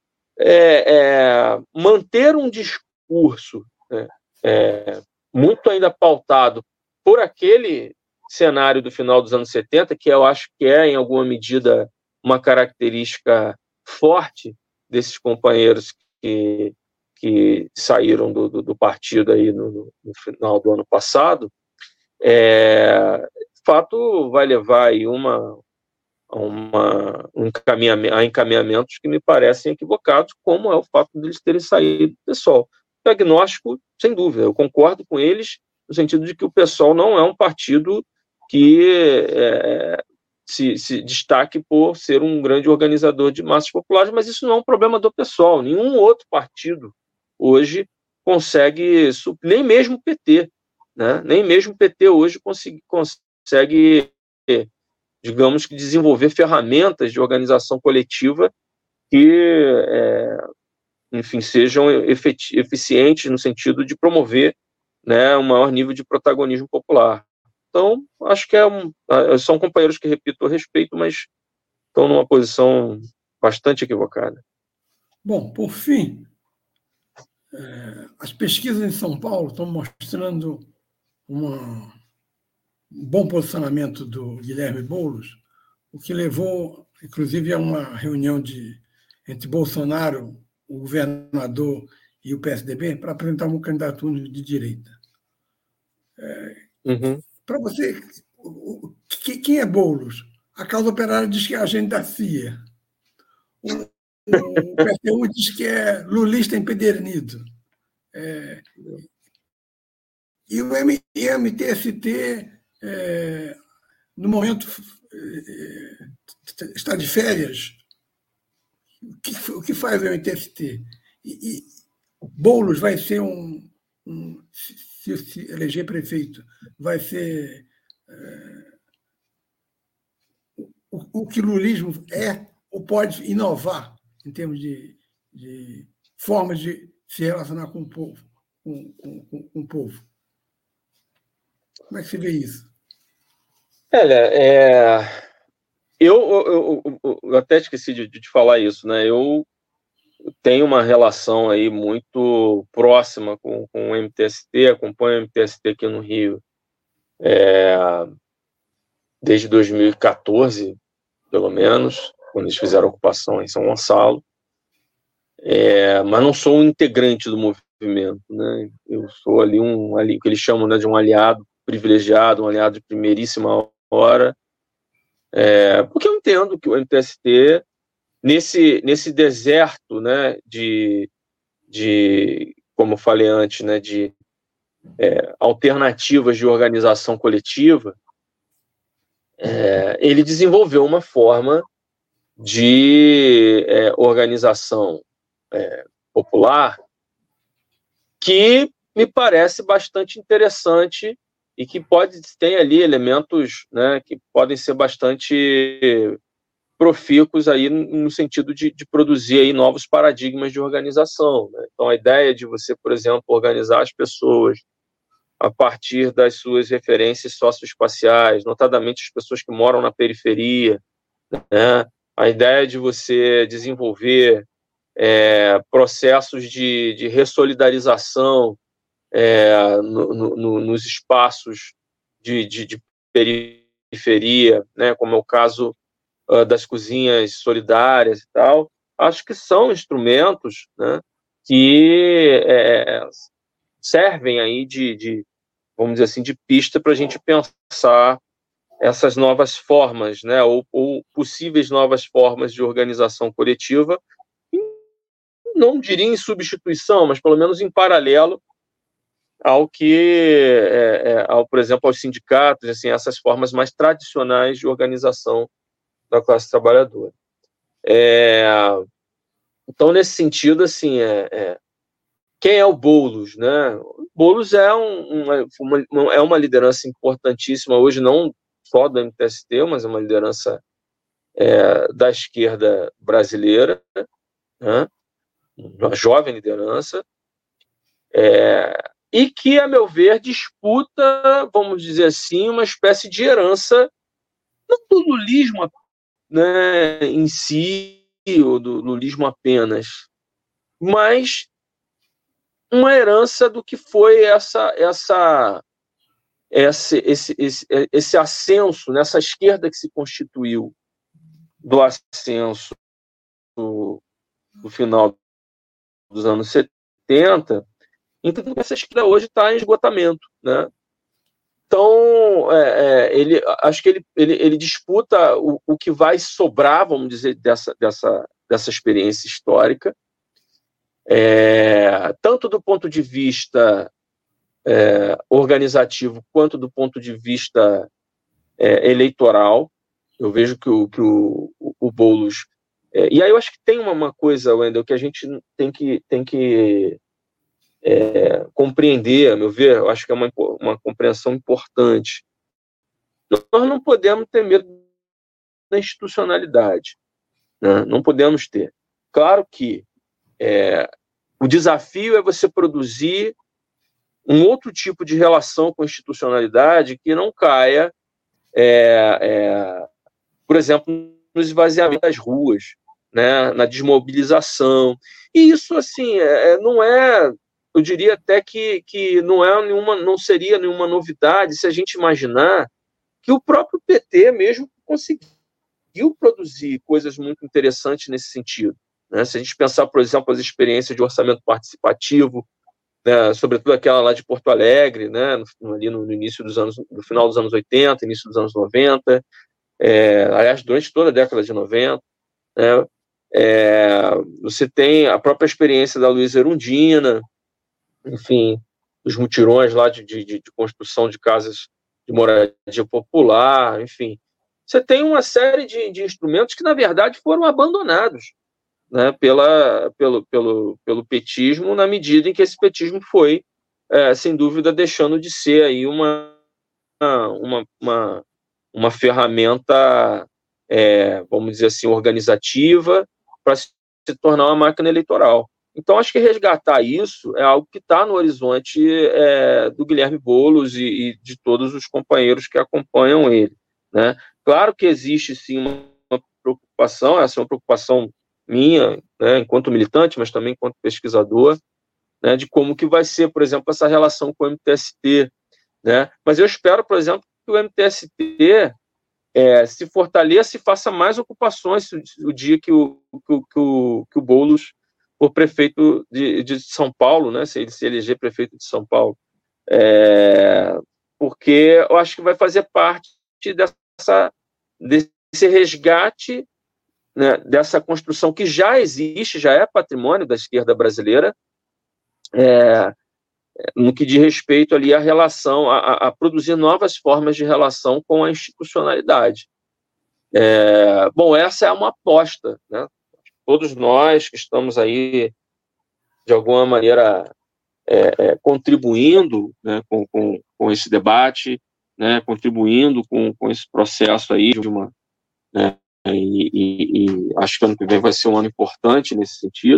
manter um discurso, né, muito ainda pautado por aquele cenário do final dos anos 70, que eu acho que em alguma medida, uma característica forte desses companheiros que saíram do partido aí no final do ano passado, de fato vai levar aí a encaminhamentos que me parecem equivocados, como é o fato deles terem saído do PSOL. O diagnóstico, sem dúvida, eu concordo com eles, no sentido de que o PSOL não é um partido que se destaque por ser um grande organizador de massas populares, mas isso não é um problema do PSOL. Nenhum outro partido hoje consegue, nem mesmo o PT, né? Nem mesmo o PT hoje consegue, digamos que, desenvolver ferramentas de organização coletiva que, enfim, sejam eficientes no sentido de promover, né, um maior nível de protagonismo popular. Então, acho que são companheiros que, repito, eu respeito, mas estão numa posição bastante equivocada. Bom, por fim, as pesquisas em São Paulo estão mostrando um bom posicionamento do Guilherme Boulos, o que levou, inclusive, a uma reunião entre Bolsonaro, o governador e o PSDB para apresentar uma candidatura de direita. Para você, quem é Boulos? A Causa Operária diz que é agente da CIA. O PSTU diz que é lulista empedernido. E o MTST, no momento, está de férias. O que faz o MTST? E Boulos vai ser se eleger prefeito, vai ser o que o lulismo ou pode inovar em termos de formas de se relacionar com o povo. Com o povo. Como é que você vê isso? Olha, eu até esqueci de falar isso, né? Eu tenho uma relação aí muito próxima com o MTST, acompanho o MTST aqui no Rio desde 2014, pelo menos, quando eles fizeram a ocupação em São Gonçalo, mas não sou um integrante do movimento, né? Eu sou ali o que eles chamam, né, de um aliado privilegiado, um aliado de primeiríssima hora, porque eu entendo que o MTST, nesse deserto, né, como eu falei antes, né, de alternativas de organização coletiva, ele desenvolveu uma forma de organização popular que me parece bastante interessante e que tem ali elementos, né, que podem ser bastante profícuos aí no sentido de produzir aí novos paradigmas de organização, né? Então, a ideia de você, por exemplo, organizar as pessoas a partir das suas referências socioespaciais, notadamente as pessoas que moram na periferia, né? A ideia de você desenvolver processos de ressolidarização nos espaços de periferia, né? Como é o caso das cozinhas solidárias e tal, acho que são instrumentos, né, que servem aí vamos dizer assim, de pista para a gente pensar essas novas formas, né, ou possíveis novas formas de organização coletiva, não diria em substituição, mas pelo menos em paralelo ao que, por exemplo, aos sindicatos, assim, essas formas mais tradicionais de organização da classe trabalhadora. Então, nesse sentido, assim, quem é o Boulos, né? O Boulos é uma liderança importantíssima hoje, não só do MTST, mas é uma liderança da esquerda brasileira, né? Uma jovem liderança, e que, a meu ver, disputa, vamos dizer assim, uma espécie de herança, não do lulismo, né, em si, ou do lulismo apenas, mas uma herança do que foi esse ascenso, nessa esquerda que se constituiu do ascenso do final dos anos 70, então essa esquerda hoje está em esgotamento, né? Então, acho que ele disputa o que vai sobrar, vamos dizer, dessa experiência histórica, tanto do ponto de vista organizativo quanto do ponto de vista eleitoral. Eu vejo que o Boulos... e aí eu acho que tem uma coisa, Wendel, que a gente tem que compreender, a meu ver, eu acho que é uma compreensão importante. Nós não podemos ter medo da institucionalidade, né? Não podemos ter. Claro que o desafio é você produzir um outro tipo de relação com a institucionalidade que não caia, por exemplo, no esvaziamento das ruas, né? Na desmobilização. E isso, assim, não é... Eu diria até que não seria nenhuma novidade se a gente imaginar que o próprio PT mesmo conseguiu produzir coisas muito interessantes nesse sentido, né? Se a gente pensar, por exemplo, as experiências de orçamento participativo, né, sobretudo aquela lá de Porto Alegre, né, ali no final dos anos 80, início dos anos 90, aliás, durante toda a década de 90, né, você tem a própria experiência da Luísa Erundina, enfim, os mutirões lá de construção de casas de moradia popular, enfim. Você tem uma série de instrumentos que, na verdade, foram abandonados, né, pelo petismo, na medida em que esse petismo foi, sem dúvida, deixando de ser aí uma ferramenta, vamos dizer assim, organizativa para se tornar uma máquina eleitoral. Então, acho que resgatar isso é algo que está no horizonte do Guilherme Boulos e de todos os companheiros que acompanham ele, né? Claro que existe, sim, uma preocupação, essa é uma preocupação minha, né, enquanto militante, mas também enquanto pesquisador, né, de como que vai ser, por exemplo, essa relação com o MTST, né? Mas eu espero, por exemplo, que o MTST se fortaleça e faça mais ocupações o dia que o Boulos for prefeito de São Paulo, né, se ele se eleger prefeito de São Paulo, porque eu acho que vai fazer parte desse resgate, né, dessa construção que já existe, já é patrimônio da esquerda brasileira, no que diz respeito ali à relação, a produzir novas formas de relação com a institucionalidade. Bom, essa é uma aposta, né? Todos nós que estamos aí, de alguma maneira, contribuindo, né, com esse debate, né, contribuindo com esse processo aí de uma, né, e acho que ano que vem vai ser um ano importante nesse sentido.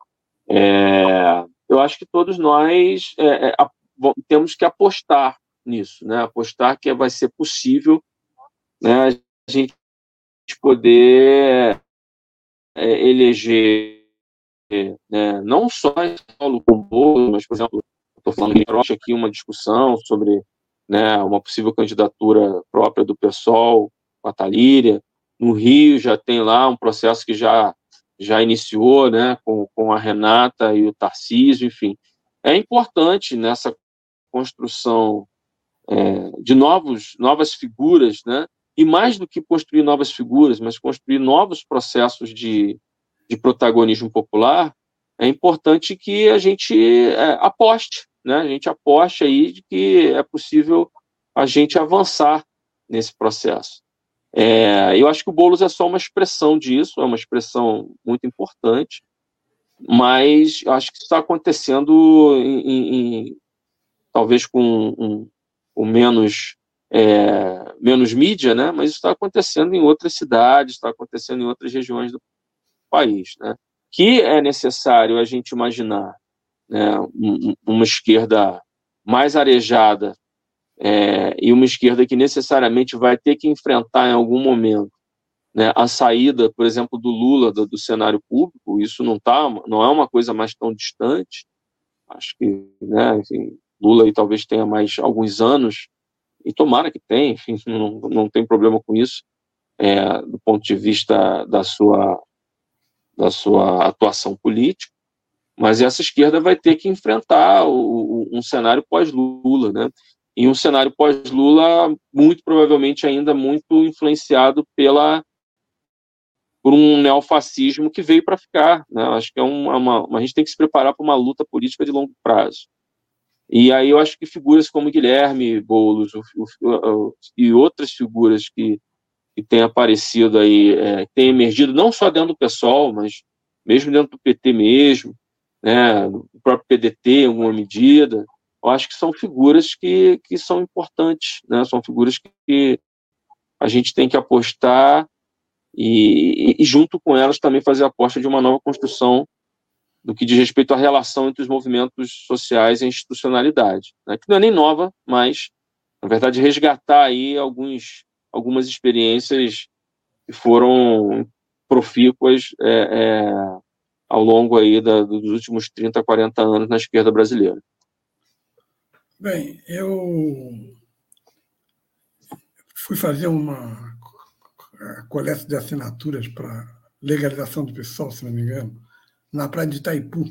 Eu acho que todos nós temos que apostar nisso, né? Apostar que vai ser possível, né, a gente poder eleger, né, não só Paulo com Boulos, mas, por exemplo, estou falando aqui uma discussão sobre, né, uma possível candidatura própria do PSOL, com a Thalíria. No Rio já tem lá um processo que já iniciou, né, com a Renata e o Tarcísio, enfim. É importante nessa construção de novas figuras, né, e mais do que construir novas figuras, mas construir novos processos de protagonismo popular, é importante que a gente aposte, né, a gente aposte aí de que é possível a gente avançar nesse processo. Eu acho que o Boulos é só uma expressão disso, é uma expressão muito importante, mas eu acho que isso está acontecendo talvez com menos mídia, né? Mas isso está acontecendo em outras cidades, está acontecendo em outras regiões do país, né? Que é necessário a gente imaginar, né, uma esquerda mais arejada, e uma esquerda que necessariamente vai ter que enfrentar em algum momento, né, a saída, por exemplo, do Lula do cenário público. Isso não é uma coisa mais tão distante. Acho que, né, enfim, Lula aí talvez tenha mais alguns anos, e tomara que tenha, enfim, não tem problema com isso, do ponto de vista da sua atuação política, mas essa esquerda vai ter que enfrentar um cenário pós-Lula, né? E um cenário pós-Lula muito provavelmente ainda muito influenciado por um neofascismo que veio para ficar, né? Acho que a gente tem que se preparar para uma luta política de longo prazo. E aí eu acho que figuras como Guilherme Boulos e outras figuras que têm aparecido aí, têm emergido não só dentro do PSOL, mas mesmo dentro do PT mesmo, né, do próprio PDT em alguma medida, eu acho que são figuras que são importantes, né, são figuras que a gente tem que apostar e junto com elas também fazer a aposta de uma nova construção do que diz respeito à relação entre os movimentos sociais e a institucionalidade, né, que não é nem nova, mas, na verdade, resgatar aí algumas experiências que foram profícuas ao longo aí dos últimos 30, 40 anos na esquerda brasileira. Bem, eu fui fazer uma coleta de assinaturas para legalização do PSOL, se não me engano, na praia de Itaipu.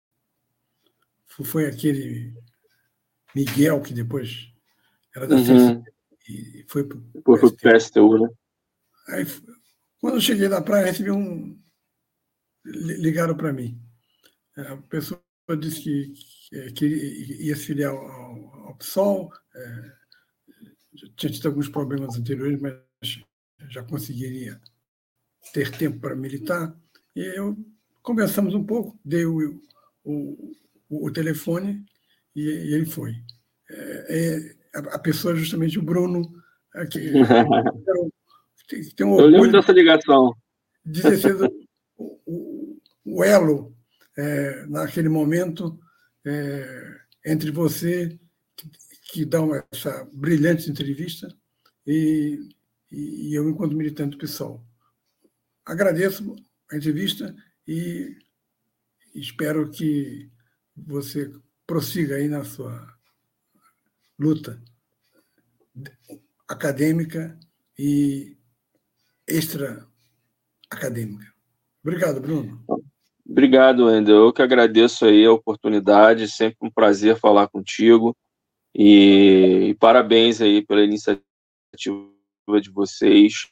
Foi aquele Miguel, que depois era da CCD, e foi para o PSTU, né? Aí, quando eu cheguei na praia, recebi ligaram para mim. A pessoa disse que ia se filiar ao PSOL, tinha tido alguns problemas anteriores, mas já conseguiria ter tempo para militar. E conversamos um pouco, dei o telefone e ele foi. A pessoa, justamente o Bruno, que tem um orgulho. Eu lembro dessa ligação. De ter sido o elo, naquele momento, entre você, que dá essa brilhante entrevista, e eu, enquanto militante do PSOL. Agradeço a entrevista e espero que você prossiga aí na sua luta acadêmica e extra-acadêmica. Obrigado, Bruno. Obrigado, Wendel. Eu que agradeço aí a oportunidade, sempre um prazer falar contigo, e parabéns aí pela iniciativa de vocês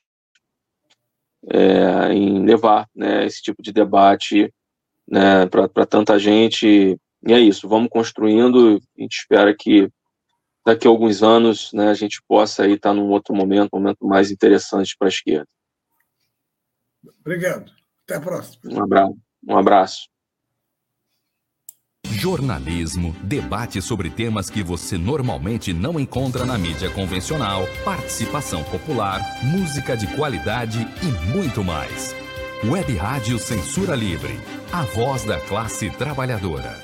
em levar, né, esse tipo de debate, né, para tanta gente. E é isso, vamos construindo. A gente espera que daqui a alguns anos, né, a gente possa aí estar num outro momento, um momento mais interessante para a esquerda. Obrigado. Até a próxima. Um abraço. Jornalismo, debate sobre temas que você normalmente não encontra na mídia convencional, participação popular, música de qualidade e muito mais. Web Rádio Censura Livre, a voz da classe trabalhadora.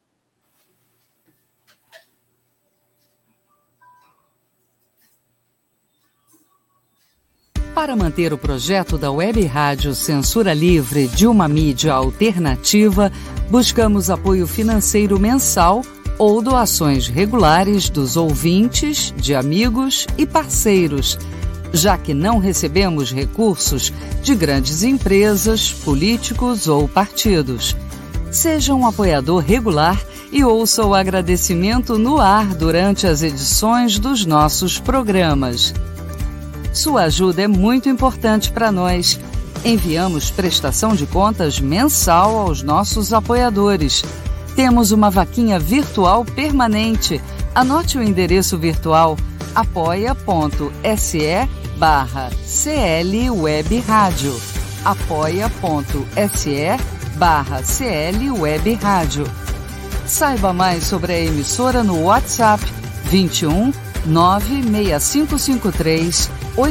Para manter o projeto da Web Rádio Censura Livre de uma mídia alternativa, buscamos apoio financeiro mensal ou doações regulares dos ouvintes, de amigos e parceiros, já que não recebemos recursos de grandes empresas, políticos ou partidos. Seja um apoiador regular e ouça o agradecimento no ar durante as edições dos nossos programas. Sua ajuda é muito importante para nós. Enviamos prestação de contas mensal aos nossos apoiadores. Temos uma vaquinha virtual permanente. Anote o endereço virtual apoia.se/CLWebRádio. apoia.se/CLWebRádio. Saiba mais sobre a emissora no WhatsApp 21 96553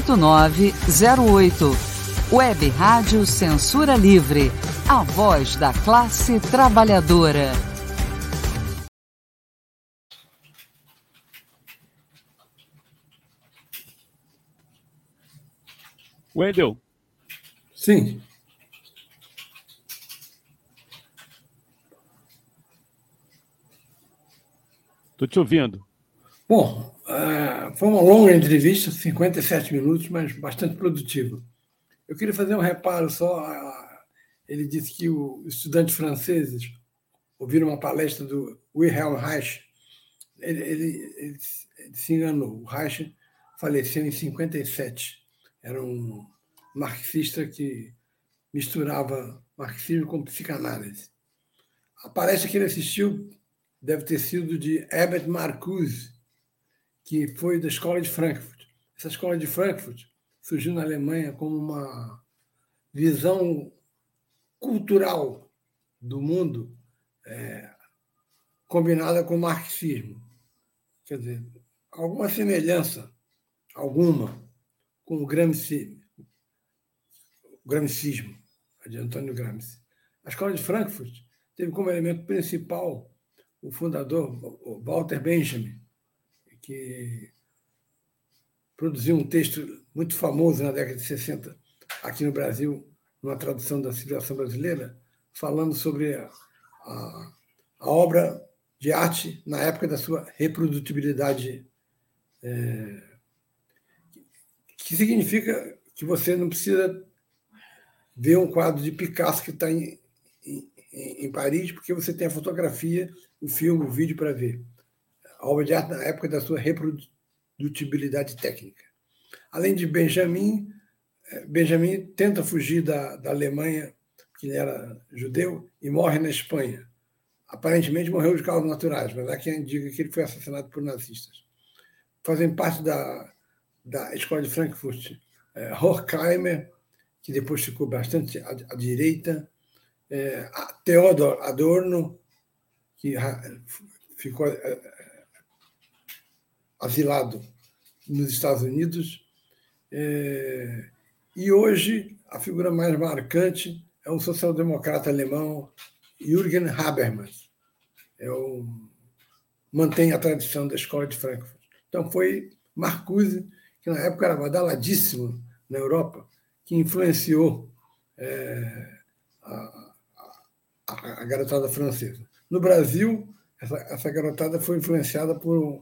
8908. Web Rádio Censura Livre, a voz da classe trabalhadora. Wendel. Sim. Estou te ouvindo. Bom, foi uma longa entrevista, 57 minutos, mas bastante produtiva. Eu queria fazer um reparo só. Ele disse que os estudantes franceses ouviram uma palestra do Wilhelm Reich. Ele se enganou. O Reich faleceu em 57. Era um marxista que misturava marxismo com psicanálise. A palestra que ele assistiu deve ter sido de Herbert Marcuse, que foi da Escola de Frankfurt. Essa Escola de Frankfurt surgiu na Alemanha como uma visão cultural do mundo combinada com o marxismo. Quer dizer, alguma semelhança, com o gramscismo, de Antônio Gramsci. A Escola de Frankfurt teve como elemento principal o fundador, o Walter Benjamin, que produziu um texto muito famoso na década de 60, aqui no Brasil, numa tradução da Civilização Brasileira, falando sobre a obra de arte na época da sua reprodutibilidade, que significa que você não precisa ver um quadro de Picasso que está em Paris, porque você tem a fotografia, o filme, o vídeo para ver. A obra de arte na época da sua reprodutibilidade técnica. Além de Benjamin tenta fugir da Alemanha, porque ele era judeu, e morre na Espanha. Aparentemente morreu de causas naturais, mas há quem diga que ele foi assassinado por nazistas. Fazem parte da Escola de Frankfurt Horkheimer, que depois ficou bastante à direita, Theodor Adorno, que ficou asilado nos Estados Unidos. E hoje, a figura mais marcante é um social-democrata alemão, Jürgen Habermas. Mantém a tradição da Escola de Frankfurt. Então, foi Marcuse, que na época era badaladíssimo na Europa, que influenciou a garotada francesa. No Brasil, essa garotada foi influenciada por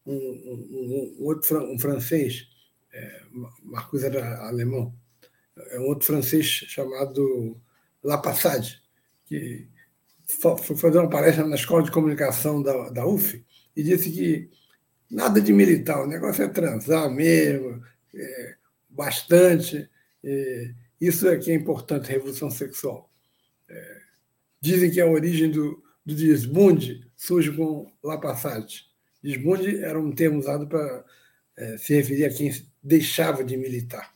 um francês, Marcuse era alemão, um outro francês chamado Lapassade, que foi fazer uma palestra na Escola de Comunicação da UF e disse que nada de militar, o negócio é transar mesmo, bastante. Isso é que é importante, revolução sexual. Dizem que a origem do desbunde surge com Lapassade. Desbunde era um termo usado para se referir a quem deixava de militar.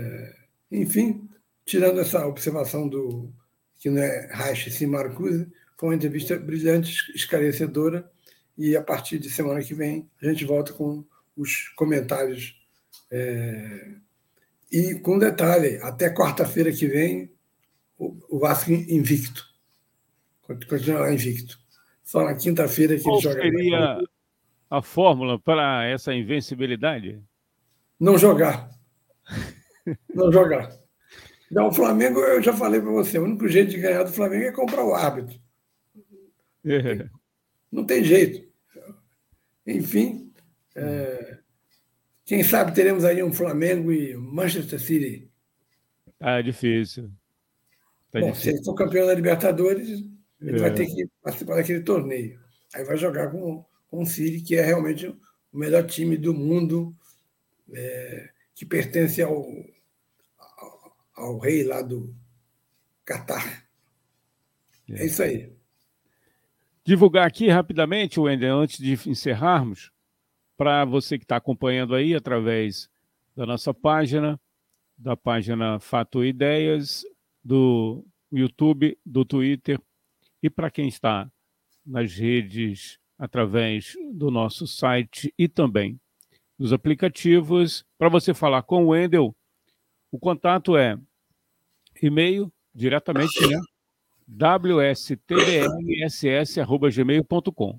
Enfim, tirando essa observação que não é Reich, sim Marcuse, Foi uma entrevista brilhante, esclarecedora, e a partir de semana que vem a gente volta com os comentários. E com detalhe, até quarta-feira que vem, o Vasco invicto. Continuará invicto. Só na quinta-feira que ele joga. Qual seria a fórmula para essa invencibilidade? Não jogar. Não jogar. Então, o Flamengo, eu já falei para você, o único jeito de ganhar do Flamengo é comprar o árbitro. Não tem jeito. Enfim, quem sabe teremos aí um Flamengo e Manchester City. Difícil. Se ele for campeão da Libertadores, ele vai ter que participar daquele torneio. Aí vai jogar com o City, que é realmente o melhor time do mundo, que pertence ao rei lá do Catar. É isso aí. Divulgar aqui rapidamente, Wendel, antes de encerrarmos, para você que está acompanhando aí através da nossa página, da página Fato e Ideias, do YouTube, do Twitter, e para quem está nas redes através do nosso site e também dos aplicativos, para você falar com o Wendel, o contato é e-mail diretamente, né? wstdlss@gmail.com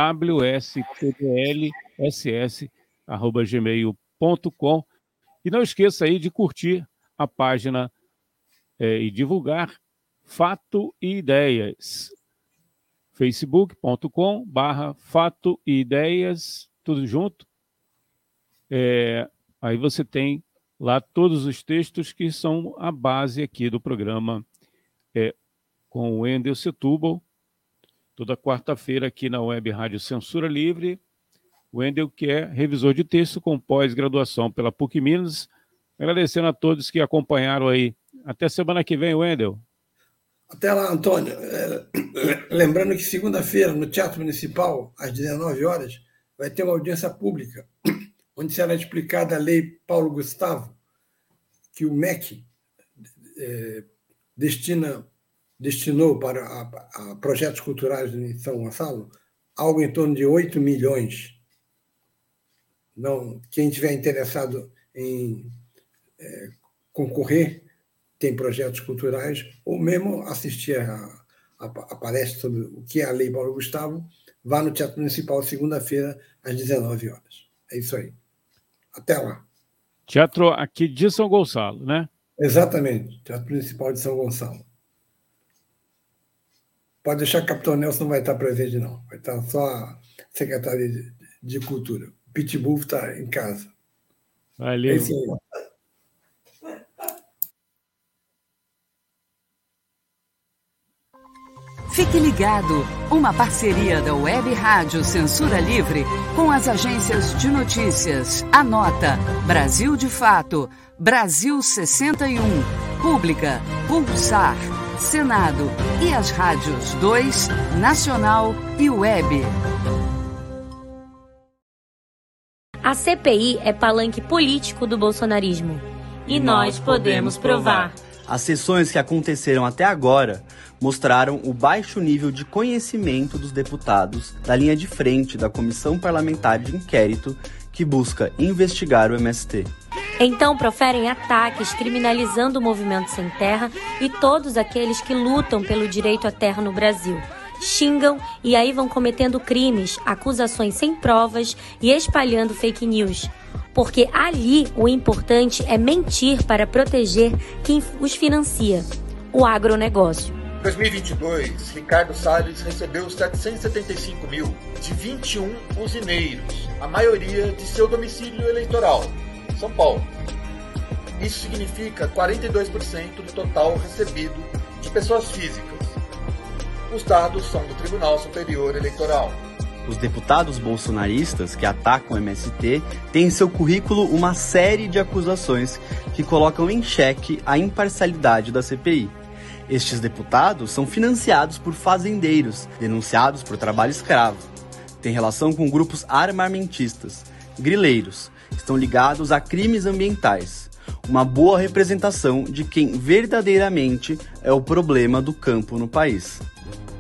wstdlss@gmail.com. E não esqueça aí de curtir a página e divulgar Fato e Ideias. facebook.com/Fato e Ideias, tudo junto. Aí você tem lá todos os textos que são a base aqui do programa com o Wendel Setúbal, toda quarta-feira aqui na Web Rádio Censura Livre. O Wendel, que é revisor de texto com pós-graduação pela PUC Minas. Agradecendo a todos que acompanharam aí. Até semana que vem, Wendel. Até lá, Antônio. Lembrando que segunda-feira, no Teatro Municipal, às 19 horas, vai ter uma audiência pública, onde será explicada a Lei Paulo Gustavo, que o MEC destinou para projetos culturais em São Gonçalo algo em torno de 8 milhões. Não, quem estiver interessado em concorrer, tem projetos culturais, ou mesmo assistir a palestra sobre o que é a Lei Paulo Gustavo, vá no Teatro Municipal segunda-feira, às 19 horas. É isso aí. Até lá. Teatro aqui de São Gonçalo, né? Exatamente, Teatro Municipal de São Gonçalo. Pode deixar que o Capitão Nelson não vai estar presente, não. Vai estar só a Secretaria de Cultura. O Pitbull está em casa. Valeu. É isso aí. Fique ligado, uma parceria da Web Rádio Censura Livre com as agências de notícias. Anota, Brasil de Fato, Brasil 61, Pública, Pulsar, Senado e as rádios 2, Nacional e Web. A CPI é palanque político do bolsonarismo. E nós podemos provar. As sessões que aconteceram até agora mostraram o baixo nível de conhecimento dos deputados da linha de frente da Comissão Parlamentar de Inquérito que busca investigar o MST. Então proferem ataques criminalizando o movimento sem terra e todos aqueles que lutam pelo direito à terra no Brasil. Xingam e aí vão cometendo crimes, acusações sem provas e espalhando fake news. Porque ali o importante é mentir para proteger quem os financia, o agronegócio. Em 2022, Ricardo Salles recebeu 775 mil de 21 usineiros, a maioria de seu domicílio eleitoral, São Paulo. Isso significa 42% do total recebido de pessoas físicas. Os dados são do Tribunal Superior Eleitoral. Os deputados bolsonaristas que atacam o MST têm em seu currículo uma série de acusações que colocam em xeque a imparcialidade da CPI. Estes deputados são financiados por fazendeiros, denunciados por trabalho escravo. Têm relação com grupos armamentistas, grileiros, estão ligados a crimes ambientais. Uma boa representação de quem verdadeiramente é o problema do campo no país.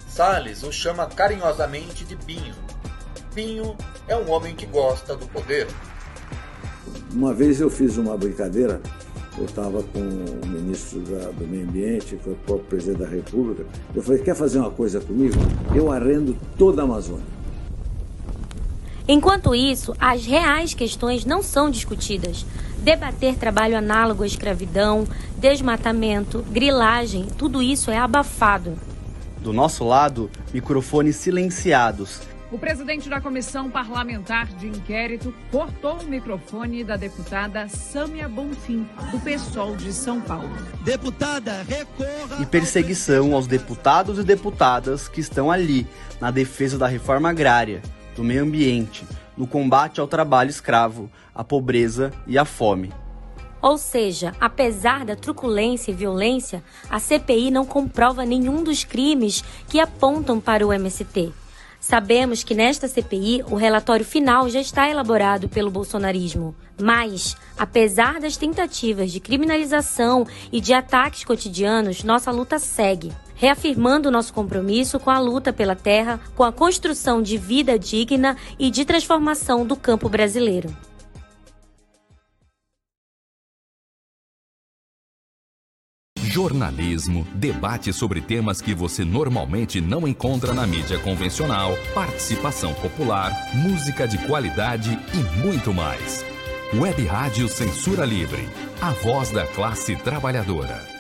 Salles o chama carinhosamente de Binho. Binho é um homem que gosta do poder. Uma vez eu fiz uma brincadeira, eu estava com o ministro do Meio Ambiente, com o próprio presidente da República. Eu falei, quer fazer uma coisa comigo? Eu arrendo toda a Amazônia. Enquanto isso, as reais questões não são discutidas. Debater trabalho análogo à escravidão, desmatamento, grilagem, tudo isso é abafado. Do nosso lado, microfones silenciados. O presidente da Comissão Parlamentar de Inquérito cortou o microfone da deputada Sâmia Bonfim, do PSOL de São Paulo. Deputada, recorra... E perseguição aos deputados e deputadas que estão ali, na defesa da reforma agrária, do meio ambiente, no combate ao trabalho escravo, à pobreza e à fome. Ou seja, apesar da truculência e violência, a CPI não comprova nenhum dos crimes que apontam para o MST. Sabemos que nesta CPI o relatório final já está elaborado pelo bolsonarismo. Mas, apesar das tentativas de criminalização e de ataques cotidianos, nossa luta segue, reafirmando nosso compromisso com a luta pela terra, com a construção de vida digna e de transformação do campo brasileiro. Jornalismo, debate sobre temas que você normalmente não encontra na mídia convencional, participação popular, música de qualidade e muito mais. Web Rádio Censura Livre, a voz da classe trabalhadora.